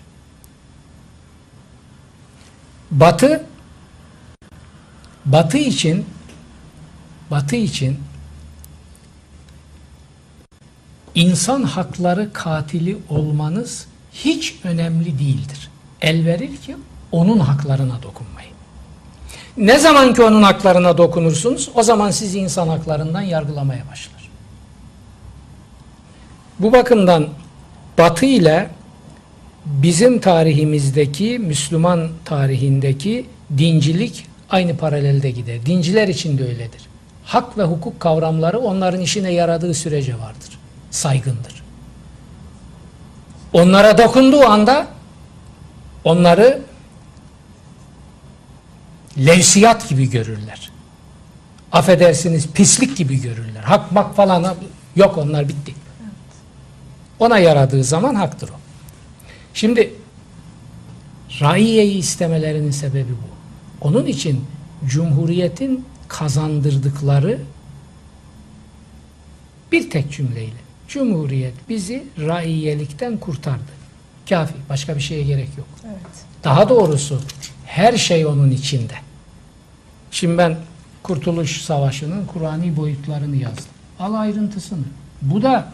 Batı Batı için Batı için insan hakları katili olmanız hiç önemli değildir. El verir ki onun haklarına dokunmayın. Ne zaman ki onun haklarına dokunursunuz, o zaman sizi insan haklarından yargılamaya başlar. Bu bakımdan Batı ile bizim tarihimizdeki, Müslüman tarihindeki dincilik aynı paralelde gider. Dinciler için de öyledir. Hak ve hukuk kavramları onların işine yaradığı sürece vardır. Saygındır. Onlara dokunduğu anda onları levsiyat gibi görürler. Affedersiniz, pislik gibi görürler. Hak bak falan yok, onlar bitti. Ona yaradığı zaman haktır o. Şimdi raiyeyi istemelerinin sebebi bu. Onun için Cumhuriyet'in kazandırdıkları bir tek cümleyle: Cumhuriyet bizi raiyelikten kurtardı. Kafi. Başka bir şeye gerek yok. Evet. Daha doğrusu her şey onun içinde. Şimdi ben Kurtuluş Savaşı'nın Kur'ani boyutlarını yazdım. Al ayrıntısını. Bu da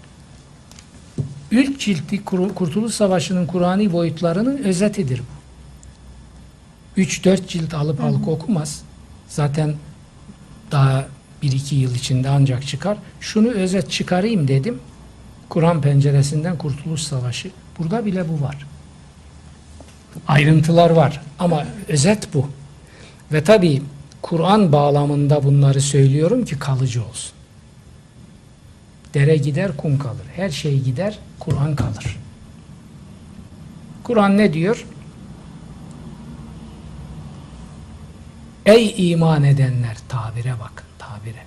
üç ciltli Kurtuluş Savaşı'nın Kur'ani boyutlarının özetidir bu. üç dört cilt alıp hı hı. alıp okumaz. Zaten daha bir iki yıl içinde ancak çıkar. Şunu özet çıkarayım dedim. Kur'an penceresinden Kurtuluş Savaşı. Burada bile bu var. Ayrıntılar var. Ama özet bu. Ve tabii Kur'an bağlamında bunları söylüyorum ki kalıcı olsun. Dere gider, kum kalır. Her şey gider, Kur'an kalır. Kur'an ne diyor? Ey iman edenler, tabire bakın, tabire.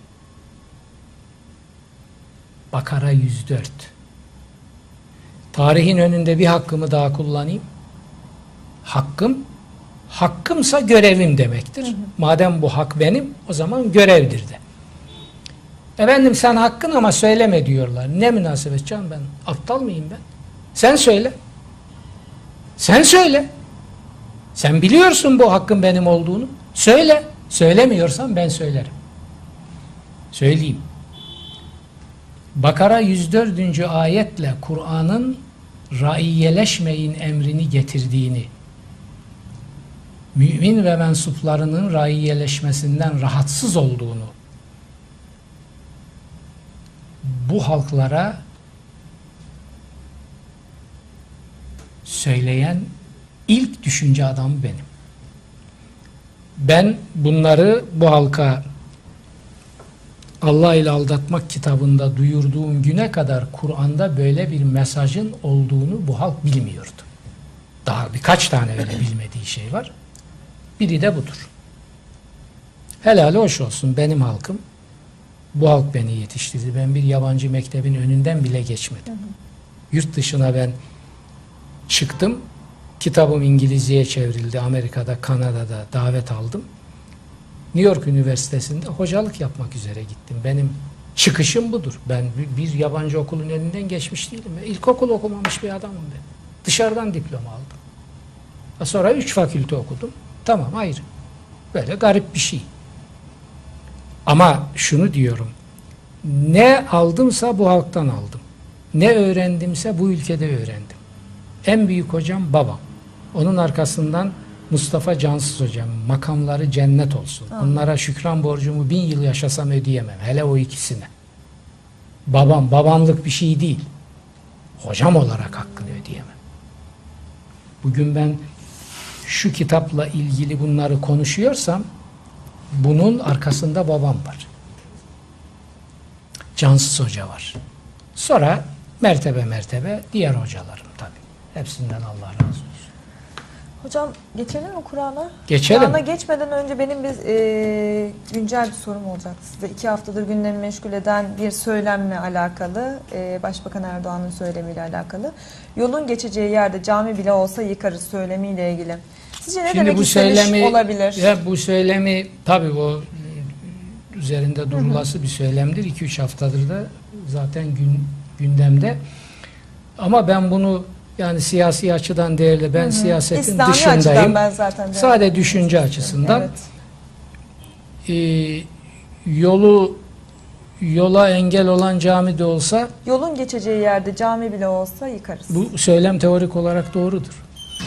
Bakara yüz dört. Tarihin önünde bir hakkımı daha kullanayım. Hakkım, hakkımsa görevim demektir. Hı hı. Madem bu hak benim, o zaman görevdir de. Efendim sen hakkın ama söyleme diyorlar. Ne münasebet canım, ben aptal mıyım ben? Sen söyle. Sen söyle. Sen biliyorsun bu hakkın benim olduğunu. Söyle. Söylemiyorsan ben söylerim. Söyleyeyim. Bakara yüz dördüncü ayetle Kur'an'ın raiyeleşmeyin emrini getirdiğini, mümin ve mensuplarının raiyeleşmesinden rahatsız olduğunu bu halklara söyleyen ilk düşünce adamı benim. Ben bunları bu halka Allah ile Aldatmak kitabında duyurduğum güne kadar Kur'an'da böyle bir mesajın olduğunu bu halk bilmiyordu. Daha birkaç tane öyle bilmediği şey var. Biri de budur. Helali hoş olsun benim halkım. Bu halk beni yetiştirdi. Ben bir yabancı mektebin önünden bile geçmedim. Hı hı. Yurt dışına ben çıktım. Kitabım İngilizceye çevrildi. Amerika'da, Kanada'da davet aldım. New York Üniversitesi'nde hocalık yapmak üzere gittim. Benim çıkışım budur. Ben bir yabancı okulun önünden geçmiş değilim. İlkokul okumamış bir adamım ben. Dışarıdan diploma aldım. Sonra üç fakülte okudum. Tamam, ayrı. Böyle garip bir şey. Ama şunu diyorum. Ne aldımsa bu halktan aldım. Ne öğrendimse bu ülkede öğrendim. En büyük hocam babam. Onun arkasından Mustafa Cansız hocam. Makamları cennet olsun. Aa. Onlara şükran borcumu bin yıl yaşasam ödeyemem. Hele o ikisine. Babam, babamlık bir şey değil. Hocam olarak hakkını ödeyemem. Bugün ben şu kitapla ilgili bunları konuşuyorsam bunun arkasında babam var. Cansız hoca var. Sonra mertebe mertebe diğer hocalarım tabii. Hepsinden Allah razı olsun. Hocam geçelim mi Kur'an'a? Geçelim. Kur'an'a geçmeden önce benim bir e, güncel bir sorum olacak size. İki haftadır gündemi meşgul eden bir söylemle alakalı. E, Başbakan Erdoğan'ın söylemiyle alakalı. Yolun geçeceği yerde cami bile olsa yıkarız söylemiyle ilgili. Sizce ne Şimdi demek bu istemiş söylemi, olabilir? Ya bu söylemi tabii o üzerinde durulası hı hı. bir söylemdir. iki üç haftadır da zaten gün, gündemde. Ama ben bunu yani siyasi açıdan değerli, ben hı hı. siyasetin İslami dışındayım. Ben zaten Sadece düşünce açısından. Evet. Ee, yolu yola engel olan cami de olsa Yolun geçeceği yerde cami bile olsa yıkarız. bu söylem teorik olarak doğrudur.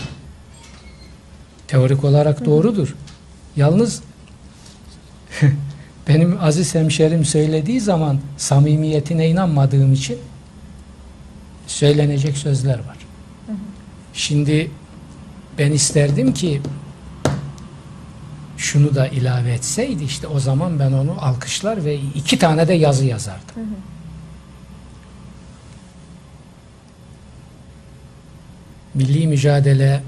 Teorik olarak doğrudur. Yalnız benim aziz hemşerim söylediği zaman samimiyetine inanmadığım için söylenecek sözler var. Hı hı. Şimdi ben isterdim ki şunu da ilave etseydi, işte o zaman ben onu alkışlar ve iki tane de yazı yazardım. Hı hı. Milli mücadele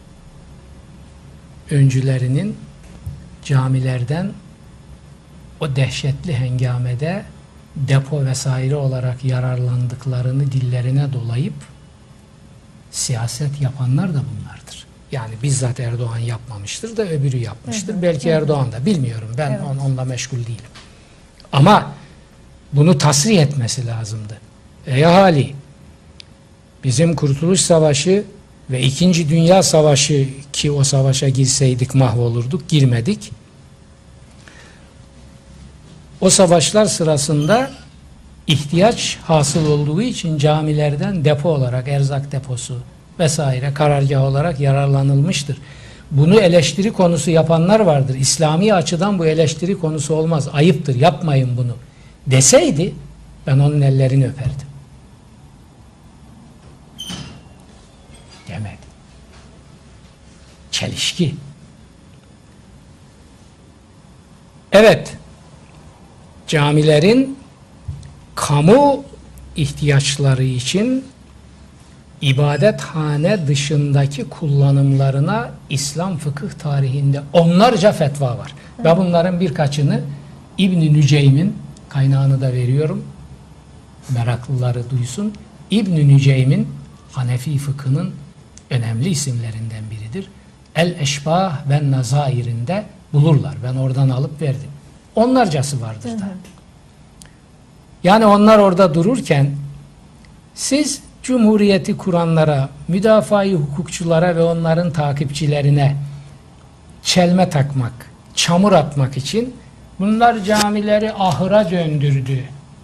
öncülerinin camilerden o dehşetli hengamede depo vesaire olarak yararlandıklarını dillerine dolayıp siyaset yapanlar da bunlardır. Yani bizzat Erdoğan yapmamıştır da öbürü yapmıştır. Hı hı, Belki hı hı. Erdoğan da, bilmiyorum. Ben Evet. on, onunla meşgul değilim. Ama bunu tasrih etmesi lazımdı. Ey ahali, bizim Kurtuluş Savaşı ve İkinci Dünya Savaşı, ki o savaşa girseydik mahvolurduk, girmedik. O savaşlar sırasında ihtiyaç hasıl olduğu için camilerden depo olarak, erzak deposu vesaire karargah olarak yararlanılmıştır. Bunu eleştiri konusu yapanlar vardır. İslami açıdan bu eleştiri konusu olmaz. Ayıptır, yapmayın bunu deseydi ben onun ellerini öperdim. Demedi. Çelişki. Evet, camilerin kamu ihtiyaçları için ibadethane dışındaki kullanımlarına İslam fıkıh tarihinde onlarca fetva var. Evet. Ve bunların birkaçını İbn-i Nüceym'in, kaynağını da veriyorum, meraklıları duysun, İbn-i Nüceym'in Hanefi fıkhının önemli isimlerinden biridir. El-Eşbah ve Nazair'inde bulurlar. Ben oradan alıp verdim. Onlarcası vardır da. Yani onlar orada dururken siz Cumhuriyeti kuranlara, müdafaa-i hukukçulara ve onların takipçilerine çelme takmak, çamur atmak için bunlar camileri ahıra döndürdü,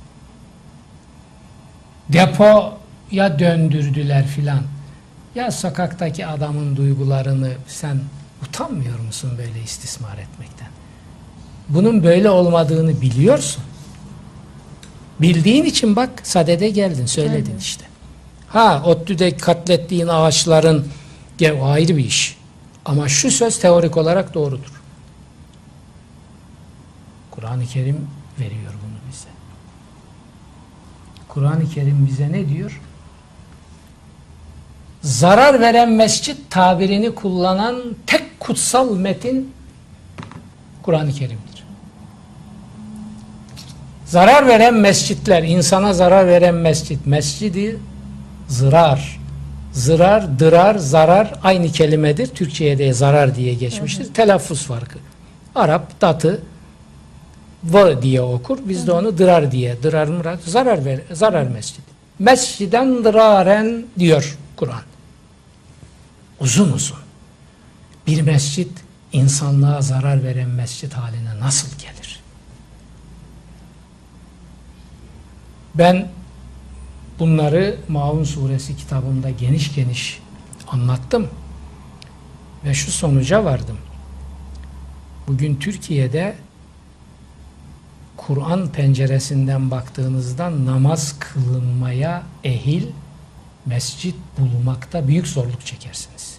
depoya döndürdüler filan. Ya sokaktaki adamın duygularını sen utanmıyor musun böyle istismar etmekten? Bunun böyle olmadığını biliyorsun. Bildiğin için bak sadede geldin, söyledin evet. işte. Ha, ODTÜ'de katlettiğin ağaçların ya, o ayrı bir iş. Ama şu söz teorik olarak doğrudur. Kur'an-ı Kerim veriyor bunu bize. Kur'an-ı Kerim bize ne diyor? Zarar veren mescit tabirini kullanan tek kutsal metin Kur'an-ı Kerim'dir. Zarar veren mescitler, insana zarar veren mescit, mescidi zırar, zırar, dırar, zarar aynı kelimedir. Türkçe'ye de zarar diye geçmiştir. Hı hı. Telaffuz farkı. Arap datı v diye okur. Biz hı hı. de onu dırar diye, dırar mırar, zarar ver, zarar mescid. Mesciden dıraren diyor Kur'an. Uzun uzun. Bir mescit insanlığa zarar veren mescit haline nasıl gelir? Ben bunları Maun Suresi kitabımda geniş geniş anlattım ve şu sonuca vardım. Bugün Türkiye'de Kur'an penceresinden baktığınızda namaz kılınmaya ehil mescit bulmakta büyük zorluk çekersiniz.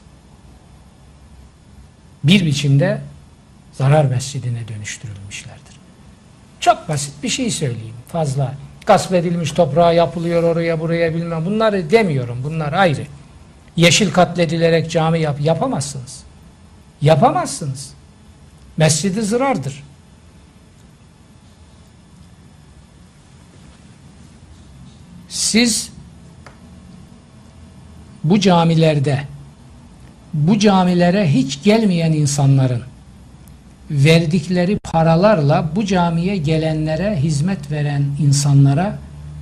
Bir biçimde zarar mescidine dönüştürülmüşlerdir. Çok basit bir şey söyleyeyim. Fazla gasp edilmiş toprağa yapılıyor oraya buraya bilmem. Bunları demiyorum. Bunlar ayrı. Yeşil katledilerek cami yap yapamazsınız. Yapamazsınız. Mescid-i zırardır. Siz bu camilerde bu camilere hiç gelmeyen insanların verdikleri paralarla bu camiye gelenlere, hizmet veren insanlara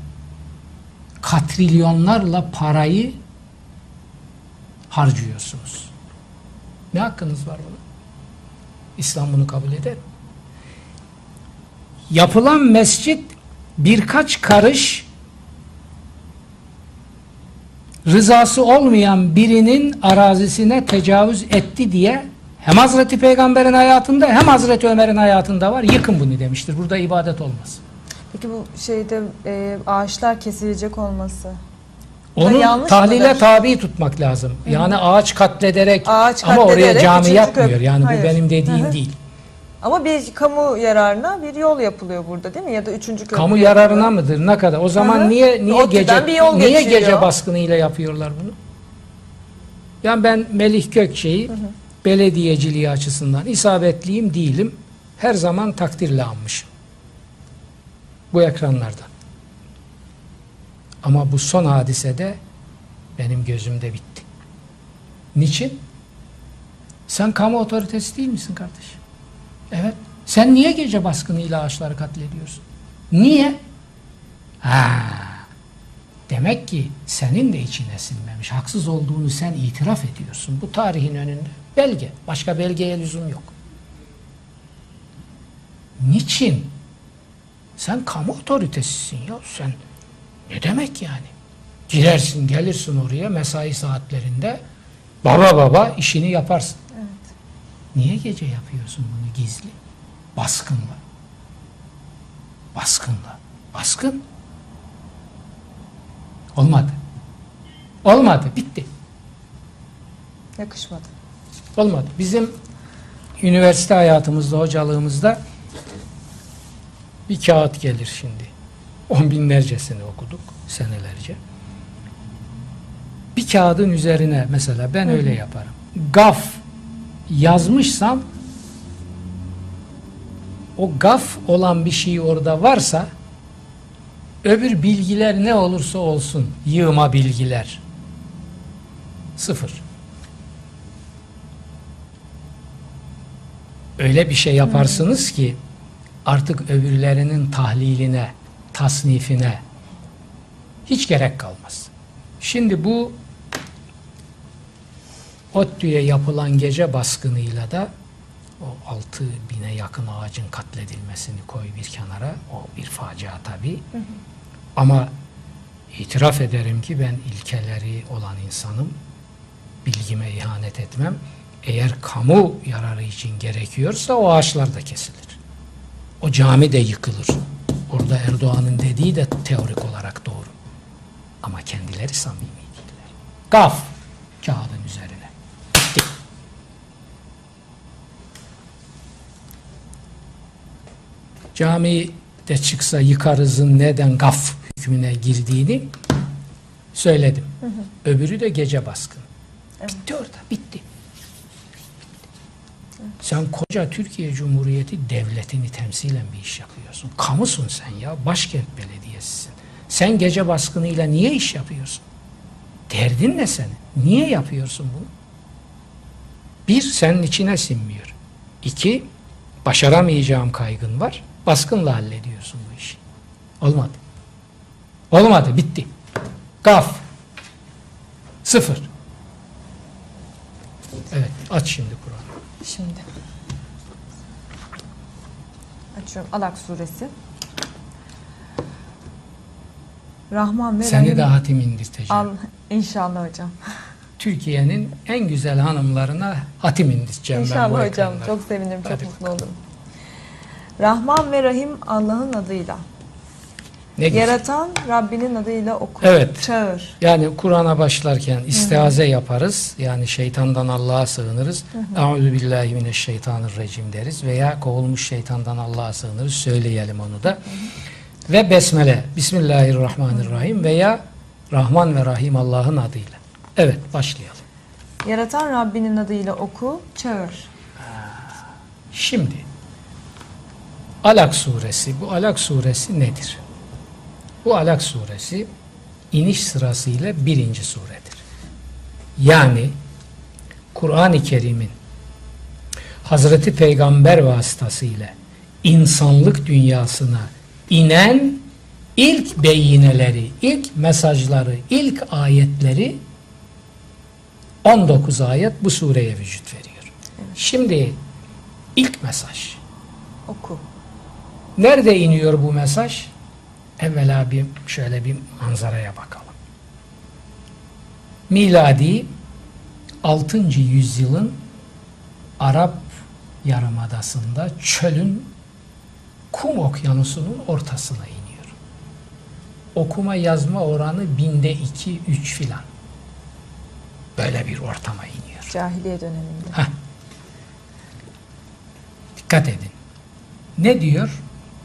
katrilyonlarla parayı harcıyorsunuz. Ne hakkınız var buna? İslam bunu kabul eder mi? yapılan mescit birkaç karış rızası olmayan birinin arazisine tecavüz etti diye hem Hazreti Peygamber'in hayatında hem Hazreti Ömer'in hayatında var. Yıkın bunu demiştir. Burada ibadet olmaz. Peki bu şeyde e, ağaçlar kesilecek olması. Onu tahlile tabi tutmak lazım. Hı. Yani ağaç katlederek ağaç ama oraya cami köprü. yapmıyor. Yani Hayır. Bu benim dediğim Hı-hı. değil. Ama bir kamu yararına bir yol yapılıyor burada değil mi? Ya da üçüncü köprü. Kamu yararına yapılıyor. Mıdır? Ne kadar? O zaman Hı-hı. niye niye o gece niye geçiyor. gece baskınıyla yapıyorlar bunu? Yani ben Melih Gökçe'yi Hı-hı. belediyeciliği açısından isabetliyim değilim. Her zaman takdirle anmışım. Bu ekranlarda. Ama bu son hadisede benim gözümde bitti. Niçin? Sen kamu otoritesi değil misin kardeşim? Evet. Sen niye gece baskınıyla ağaçları katlediyorsun? Niye? Ha. Demek ki senin de içine sinmemiş. Haksız olduğunu sen itiraf ediyorsun. Bu tarihin önünde. Belge. Başka belgeye lüzum yok. Niçin? Sen kamu otoritesisin ya. Sen ne demek yani? Girersin, gelirsin oraya mesai saatlerinde baba baba işini yaparsın. Evet. Niye gece yapıyorsun bunu gizli? Baskınla. Baskınla. Baskın. Olmadı. Olmadı. Bitti. Yakışmadı. Olmadı. Bizim üniversite hayatımızda, hocalığımızda bir kağıt gelir şimdi. On binlercesini okuduk senelerce. Bir kağıdın üzerine mesela ben Hı-hı. öyle yaparım. Gaf yazmışsam o gaf olan bir şey orada varsa öbür bilgiler ne olursa olsun yığma bilgiler sıfır. Öyle bir şey yaparsınız ki artık öbürlerinin tahliline, tasnifine hiç gerek kalmaz. Şimdi bu ODTÜ'ye yapılan gece baskınıyla da o altı bine yakın ağacın katledilmesini koy bir kenara. O bir facia tabii. Hı hı. Ama itiraf ederim ki ben ilkeleri olan insanım. Bilgime ihanet etmem. Eğer kamu yararı için gerekiyorsa o ağaçlar da kesilir. O cami de yıkılır. Orada Erdoğan'ın dediği de teorik olarak doğru. Ama kendileri samimi değiller. Gaf kağıdın üzerine. Bitti. Cami de çıksa yıkarızın neden gaf hükmüne girdiğini söyledim. Hı hı. Öbürü de gece baskın. Evet. Bitti orada. Bitti. Sen koca Türkiye Cumhuriyeti devletini temsilen bir iş yapıyorsun. Kamusun sen ya. Başkent belediyesisin. Sen gece baskınıyla niye iş yapıyorsun? Derdin ne senin? Niye yapıyorsun bunu? Bir, senin içine sinmiyor. İki, başaramayacağım kaygın var. Baskınla hallediyorsun bu işi. Olmadı. Olmadı. Bitti. Gaf. Sıfır. Evet. Aç şimdi Kur'an. Şimdi açıyorum. Alak suresi. Rahman ve Seni Rahim. de hatim indirteceğim. Al, inşallah hocam. Türkiye'nin en güzel hanımlarına hatim indirteceğim İnşallah ben bu hocam. ekranlara. Çok sevinirim. Çok Hadi mutlu bakalım. olurum. Rahman ve Rahim Allah'ın adıyla. Ne güzel. Yaratan Rabbinin adıyla oku. Evet. Çağır. Yani Kur'an'a başlarken istiaze yaparız. Yani şeytandan Allah'a sığınırız. Euzubillahimineşşeytanirracim deriz. Veya kovulmuş şeytandan Allah'a sığınırız. Söyleyelim onu da. Hı hı. Ve Besmele. Bismillahirrahmanirrahim. Veya Rahman ve Rahim Allah'ın adıyla. Evet, başlayalım. Yaratan Rabbinin adıyla oku, çağır. Şimdi Alak suresi. Bu Alak suresi nedir? Bu Alak suresi iniş sırasıyla birinci suredir. Yani Kur'an-ı Kerim'in Hazreti Peygamber vasıtasıyla insanlık dünyasına inen ilk beyineleri, ilk mesajları, ilk ayetleri on dokuz ayet bu sureye vücut veriyor. Evet. Şimdi ilk mesaj. Oku. Nerede iniyor bu mesaj? Evvela bir şöyle bir manzaraya bakalım. Miladi altıncı yüzyılın Arap Yarımadası'nda çölün kum okyanusunun ortasına iniyor. Okuma yazma oranı binde iki, üç filan. Böyle bir ortama iniyor. Cahiliye döneminde. Heh. Dikkat edin. Ne diyor?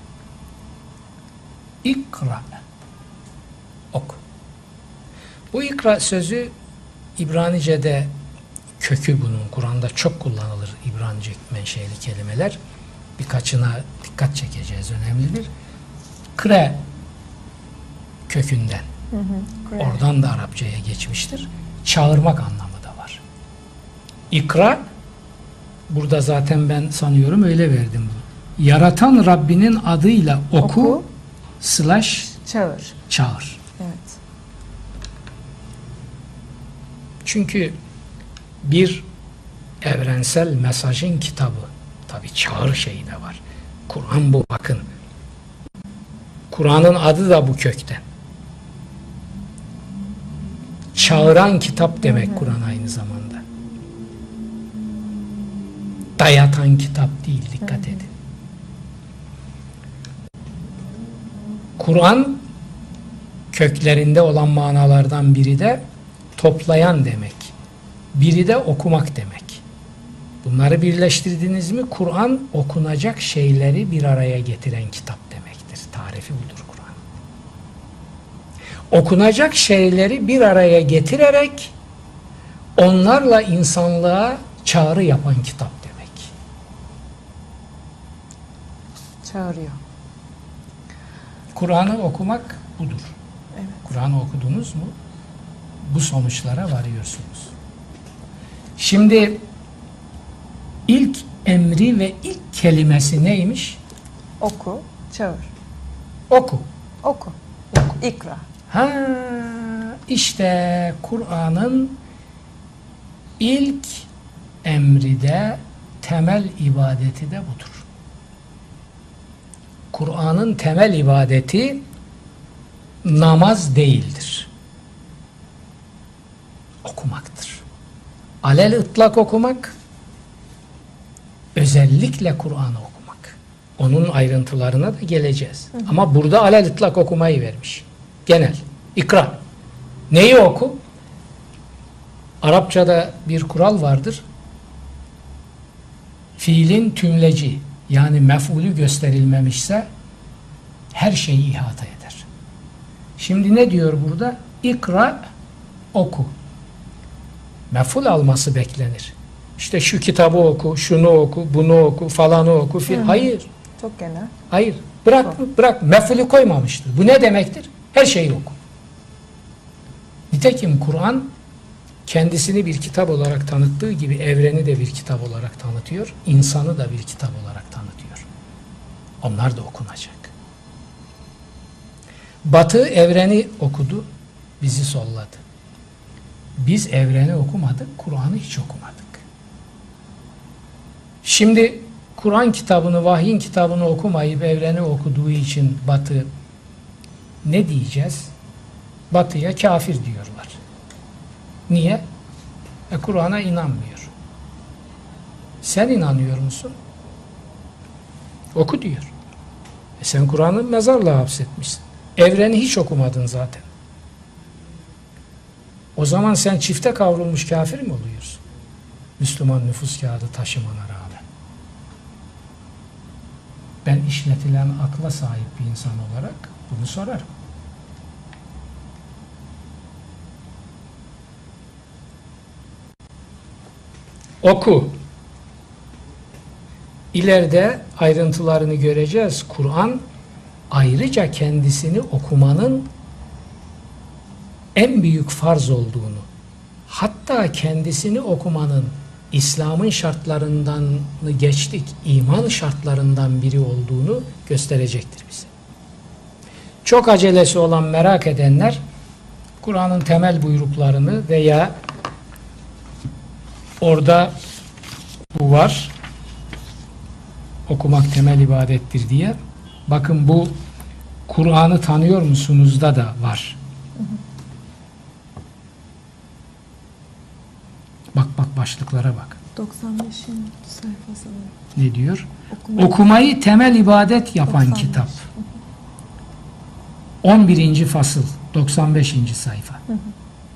İkra. Oku. Bu ikra sözü İbranice'de kökü bunun. Kur'an'da çok kullanılır İbranice menşeli kelimeler. Birkaçına dikkat çekeceğiz. Önemlidir. Kre kökünden. Hı hı, kre. Oradan da Arapçaya geçmiştir. Çağırmak anlamı da var. İkra, burada zaten ben sanıyorum öyle verdim bunu. Yaratan Rabbinin adıyla oku, Oku. slash Çağır. çağır. Evet. Çünkü bir evrensel mesajın kitabı, tabi çağrı şeyi de var. Kur'an bu, bakın. Kur'an'ın adı da bu kökten. Çağıran kitap demek Kur'an aynı zamanda. Dayatan kitap değil, dikkat edin. Kur'an köklerinde olan manalardan biri de toplayan demek. Biri de okumak demek. Bunları birleştirdiniz mi Kur'an okunacak şeyleri bir araya getiren kitap demektir. Tarifi budur Kur'an. Okunacak şeyleri bir araya getirerek onlarla insanlığa çağrı yapan kitap demek. Çağırıyor. Kur'an'ı okumak budur. Evet. Kur'an'ı okudunuz mu bu sonuçlara varıyorsunuz. Şimdi ilk emri ve ilk kelimesi neymiş? Oku, çağır. Oku. Oku. İkra. Ha, işte Kur'an'ın ilk emri de temel ibadeti de budur. Kur'an'ın temel ibadeti namaz değildir. Okumaktır. Alel ıtlak okumak, özellikle Kur'an'ı okumak. Onun ayrıntılarına da geleceğiz. Hı hı. Ama burada alel ıtlak okumayı vermiş. Genel. İkra. Neyi oku? Arapçada bir kural vardır. Fiilin tümleci, yani mef'ulü gösterilmemişse her şeyi ihata eder. Şimdi ne diyor burada? İkra, oku. Mef'ul alması beklenir. İşte şu kitabı oku, şunu oku, bunu oku, falanı oku. Fi- Hayır. Çok genel. Hayır. Bırak, bırak. Mef'ulü koymamıştır. Bu ne demektir? Her şeyi oku. Nitekim Kur'an kendisini bir kitap olarak tanıttığı gibi evreni de bir kitap olarak tanıtıyor, insanı da bir kitap olarak tanıtıyor. Onlar da okunacak. Batı evreni okudu, bizi solladı. Biz evreni okumadık, Kur'an'ı hiç okumadık. Şimdi Kur'an kitabını, vahyin kitabını okumayıp evreni okuduğu için Batı ne diyeceğiz? Batı'ya kafir diyorlar. Niye? E, Kur'an'a inanmıyor. Sen inanıyor musun? Oku diyor. E, sen Kur'an'ı mezarlığa hapsetmişsin. Evreni hiç okumadın zaten. O zaman sen çifte kavrulmuş kafir mi oluyorsun? Müslüman nüfus kağıdı taşımana rağmen. Ben işletilen akla sahip bir insan olarak bunu sorarım. Oku. İleride ayrıntılarını göreceğiz. Kur'an ayrıca kendisini okumanın en büyük farz olduğunu, hatta kendisini okumanın İslam'ın şartlarından geçtik, iman şartlarından biri olduğunu gösterecektir bize. Çok acelesi olan, merak edenler Kur'an'ın temel buyruklarını veya orada bu var, okumak temel ibadettir diye Bakın bu Kur'an'ı tanıyor musunuz da da var. Bak bak başlıklara bak. doksan beşinci sayfası. Ne diyor? Okumayı, Okumayı temel ibadet yapan doksan beş. kitap. on birinci fasıl, doksan beşinci sayfa. Hı hı.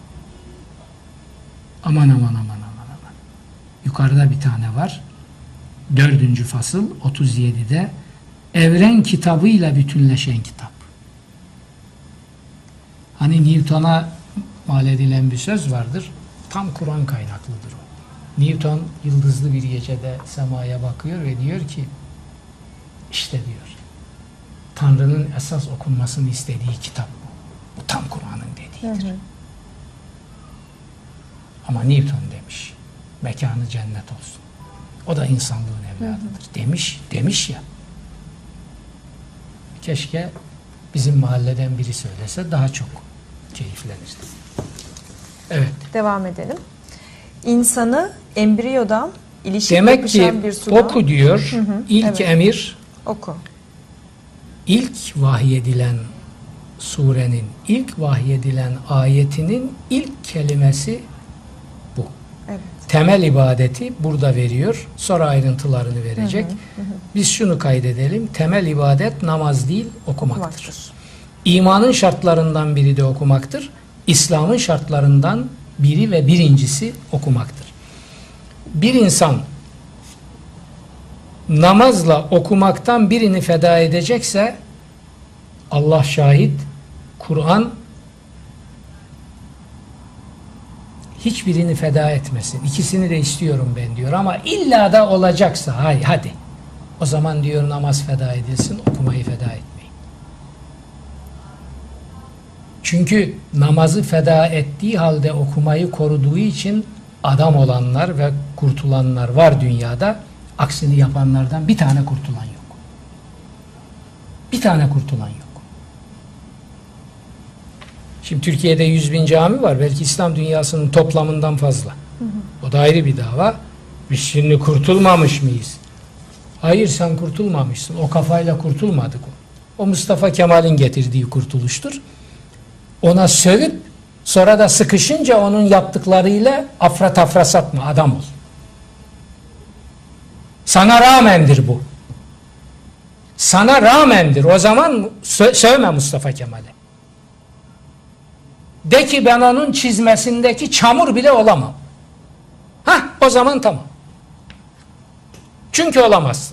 Aman aman aman aman aman. Yukarıda bir tane var. dördüncü fasıl, otuz yedide evren kitabıyla bütünleşen kitap. Hani Newton'a mal edilen bir söz vardır. Tam Kur'an kaynaklıdır o. Newton yıldızlı bir gecede semaya bakıyor ve diyor ki işte diyor Tanrı'nın esas okunmasını istediği kitap bu. Bu tam Kur'an'ın dediğidir. Hı hı. Ama Newton demiş mekanı cennet olsun. O da insanlığın evladıdır. Hı hı. Demiş, demiş ya. Keşke bizim mahalleden biri söylese daha çok keyiflenirdi. Evet. Devam edelim. İnsanı embriyodan ilişki Demek yapışan ki bir sudan... oku diyor. Hı hı, İlk evet. emir, Oku. ilk vahyedilen surenin, ilk vahyedilen ayetinin ilk kelimesi bu. Evet. Temel ibadeti burada veriyor. Sonra ayrıntılarını verecek. Hı hı, hı. Biz şunu kaydedelim. Temel ibadet namaz değil, okumaktır. Okumaktır. İmanın şartlarından biri de okumaktır. İslam'ın şartlarından biri ve birincisi okumaktır. Bir insan namazla okumaktan birini feda edecekse Allah şahit, Kur'an hiçbirini feda etmesin. İkisini de istiyorum ben diyor ama illa da olacaksa hay hadi. O zaman diyor namaz feda edilsin, okumayı feda etmeyin. Çünkü namazı feda ettiği halde okumayı koruduğu için adam olanlar ve kurtulanlar var dünyada. Aksini yapanlardan bir tane kurtulan yok. Bir tane kurtulan yok. Şimdi Türkiye'de yüz bin cami var. Belki İslam dünyasının toplamından fazla. Hı hı. O da ayrı bir dava. Biz şimdi kurtulmamış mıyız? Hayır, sen kurtulmamışsın. O kafayla kurtulmadık o. O Mustafa Kemal'in getirdiği kurtuluştur. Ona sövüp sonra da sıkışınca onun yaptıklarıyla afra tafra satma, adam ol. Sana rağmendir bu. Sana rağmendir. O zaman sö sövme Mustafa Kemal'e. De ki ben onun çizmesindeki çamur bile olamam. Hah, o zaman tamam. Çünkü olamazsın.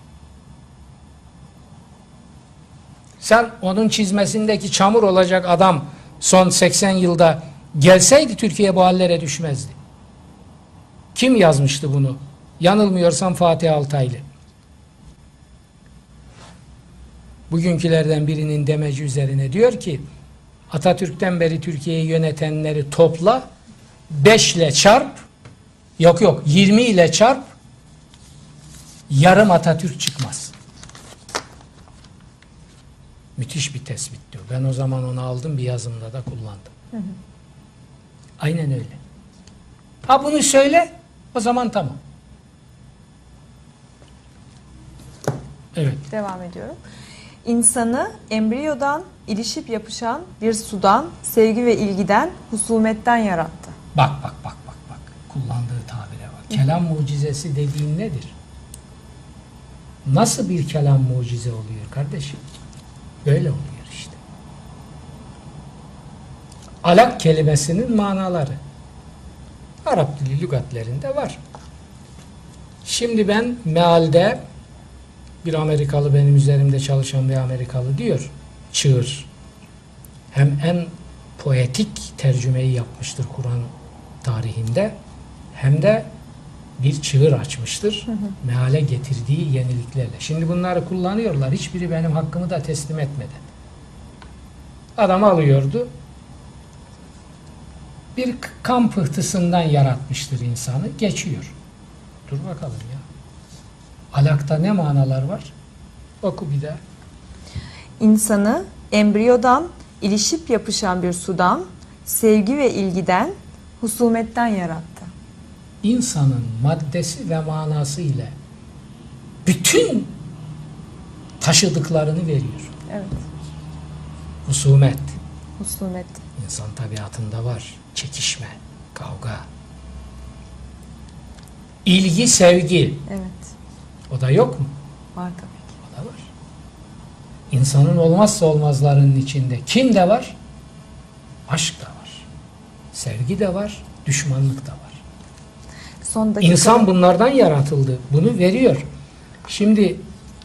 Sen onun çizmesindeki çamur olacak adam son seksen yılda gelseydi Türkiye bu hallere düşmezdi. Kim yazmıştı bunu? Yanılmıyorsam Fatih Altaylı. Bugünkülerden birinin demeci üzerine diyor ki Atatürk'ten beri Türkiye'yi yönetenleri topla, beş ile çarp, yok yok yirmi ile çarp, yarım Atatürk çıkmaz. Müthiş bir tespit diyor. Ben o zaman onu aldım, bir yazımda da kullandım. Hı hı. Aynen öyle. Ha bunu söyle, o zaman tamam. Evet. Devam ediyorum. İnsanı embriyodan ilişip yapışan bir sudan, sevgi ve ilgiden, husumetten yarattı. Bak bak bak bak bak. Kullandığı tabire bak. Kelam mucizesi dediğin nedir? Nasıl bir kelam mucize oluyor kardeşim? Böyle oluyor işte. Alak kelimesinin manaları Arap dili lügatlerinde var. Şimdi ben mealde bir Amerikalı, benim üzerimde çalışan bir Amerikalı diyor, çığır. Hem en poetik tercümeyi yapmıştır Kur'an tarihinde, hem de bir çığır açmıştır. Hı hı. Meale getirdiği yeniliklerle. Şimdi bunları kullanıyorlar. Hiçbiri benim hakkımı da teslim etmedi. Adam alıyordu. Bir kan pıhtısından yaratmıştır insanı. Geçiyor. Dur bakalım ya. Alakta ne manalar var? Oku bir daha. İnsanı embriyodan ilişip yapışan bir sudan, sevgi ve ilgiden, husumetten yarattı. İnsanın maddesi ve manası ile bütün taşıdıklarını veriyor. Evet. Husumet. Husumet. İnsan tabiatında var. Çekişme, kavga. İlgi, sevgi. Evet. O da yok mu? Var tabii ki. O da var. İnsanın olmazsa olmazlarının içinde kim de var? Aşk da var. Sevgi de var. Düşmanlık da var. Son dakika. İnsan bunlardan yaratıldı. Bunu veriyor. Şimdi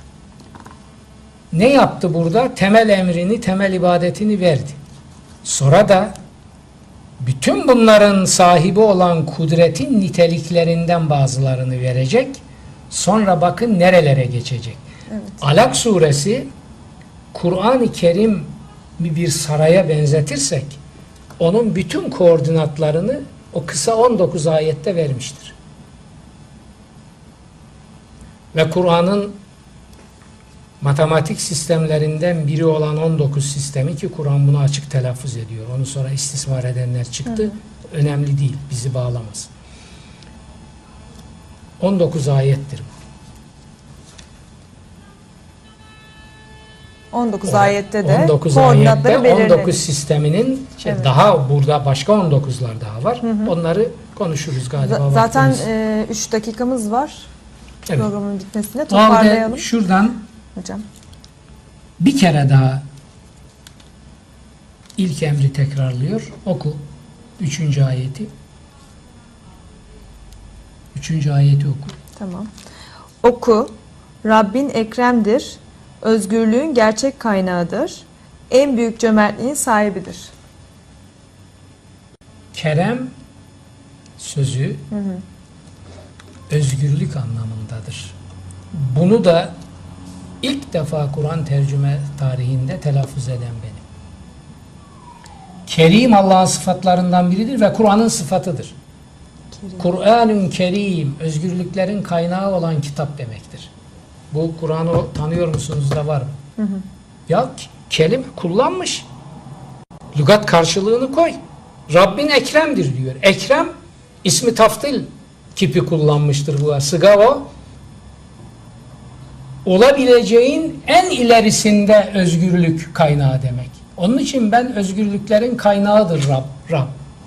ne yaptı burada? Temel emrini, temel ibadetini verdi. Sonra da bütün bunların sahibi olan kudretin niteliklerinden bazılarını verecek. Sonra bakın nerelere geçecek. Evet. Alak suresi Kur'an-ı Kerim bir saraya benzetirsek onun bütün koordinatlarını o kısa on dokuz ayette vermiştir. Ve Kur'an'ın matematik sistemlerinden biri olan on dokuz sistemi ki Kur'an bunu açık telaffuz ediyor. Onu sonra istismar edenler çıktı. Hı hı. Önemli değil. Bizi bağlamaz. on dokuz ayettir bu. on dokuz Orada, ayette de on dokuz koordinatları ayette belirledi. on dokuz sisteminin şey, Evet. daha burada başka on dokuzlar daha var. Hı hı. Onları konuşuruz galiba. Z- zaten vaktimiz. üç e, dakikamız var. Evet. Programın bitmesine O toparlayalım. halde şuradan hocam bir kere daha ilk emri tekrarlıyor. Oku. Üçüncü ayeti. Üçüncü ayeti oku. Tamam. Oku. Rabbin Ekrem'dir. Özgürlüğün gerçek kaynağıdır. En büyük cömertliğin sahibidir. Kerem sözü Hı hı. özgürlük anlamındadır. Bunu da ilk defa Kur'an tercüme tarihinde telaffuz eden benim. Kerim Allah'ın sıfatlarından biridir ve Kur'an'ın sıfatıdır. Kur'an-ın Kerim, özgürlüklerin kaynağı olan kitap demektir. Bu Kur'an'ı tanıyor musunuz da var mı? Hı hı. Ya kelime kullanmış. Lügat karşılığını koy. Rabbin Ekrem'dir diyor. Ekrem ismi taftil kipi kullanmıştır bu. Sıga o. Olabileceğin en ilerisinde özgürlük kaynağı demek. Onun için ben özgürlüklerin kaynağıdır Rab. Rab.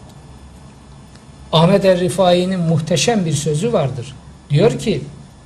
Ahmet Er-Rifai'nin muhteşem bir sözü vardır. Diyor ki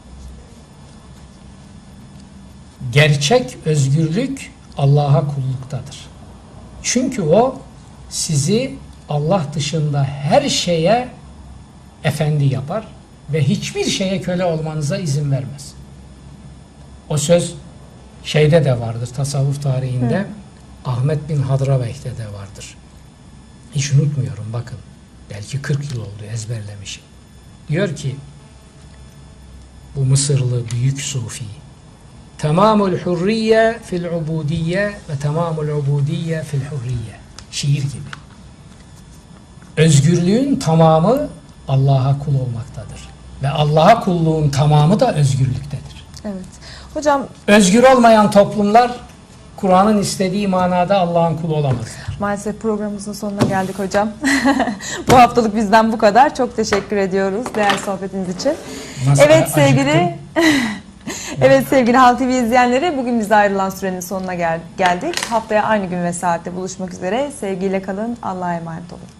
gerçek özgürlük Allah'a kulluktadır. Çünkü o sizi Allah dışında her şeye efendi yapar ve hiçbir şeye köle olmanıza izin vermez. O söz şeyde de vardır, tasavvuf tarihinde. Hı. Ahmet bin Hadraveyh'te de vardır. Hiç unutmuyorum bakın. Belki kırk yıl oldu ezberlemişim. Diyor ki bu Mısırlı büyük sufi tamamul hurriye fil ubudiyye ve tamamul ubudiyye fil hurriye. Şiir gibi. Özgürlüğün tamamı Allah'a kul olmaktadır. Ve Allah'a kulluğun tamamı da özgürlüktedir. Evet. Hocam özgür olmayan toplumlar Kur'an'ın istediği manada Allah'ın kulu olamaz. Maalesef programımızın sonuna geldik hocam. Bu haftalık bizden bu kadar. Çok teşekkür ediyoruz değerli sohbetiniz için. Nasıl evet sevgili Evet sevgili Halk T V izleyenleri, bugün bize ayrılan sürenin sonuna gel geldik. Haftaya aynı gün ve saatte buluşmak üzere. Sevgiyle kalın. Allah'a emanet olun.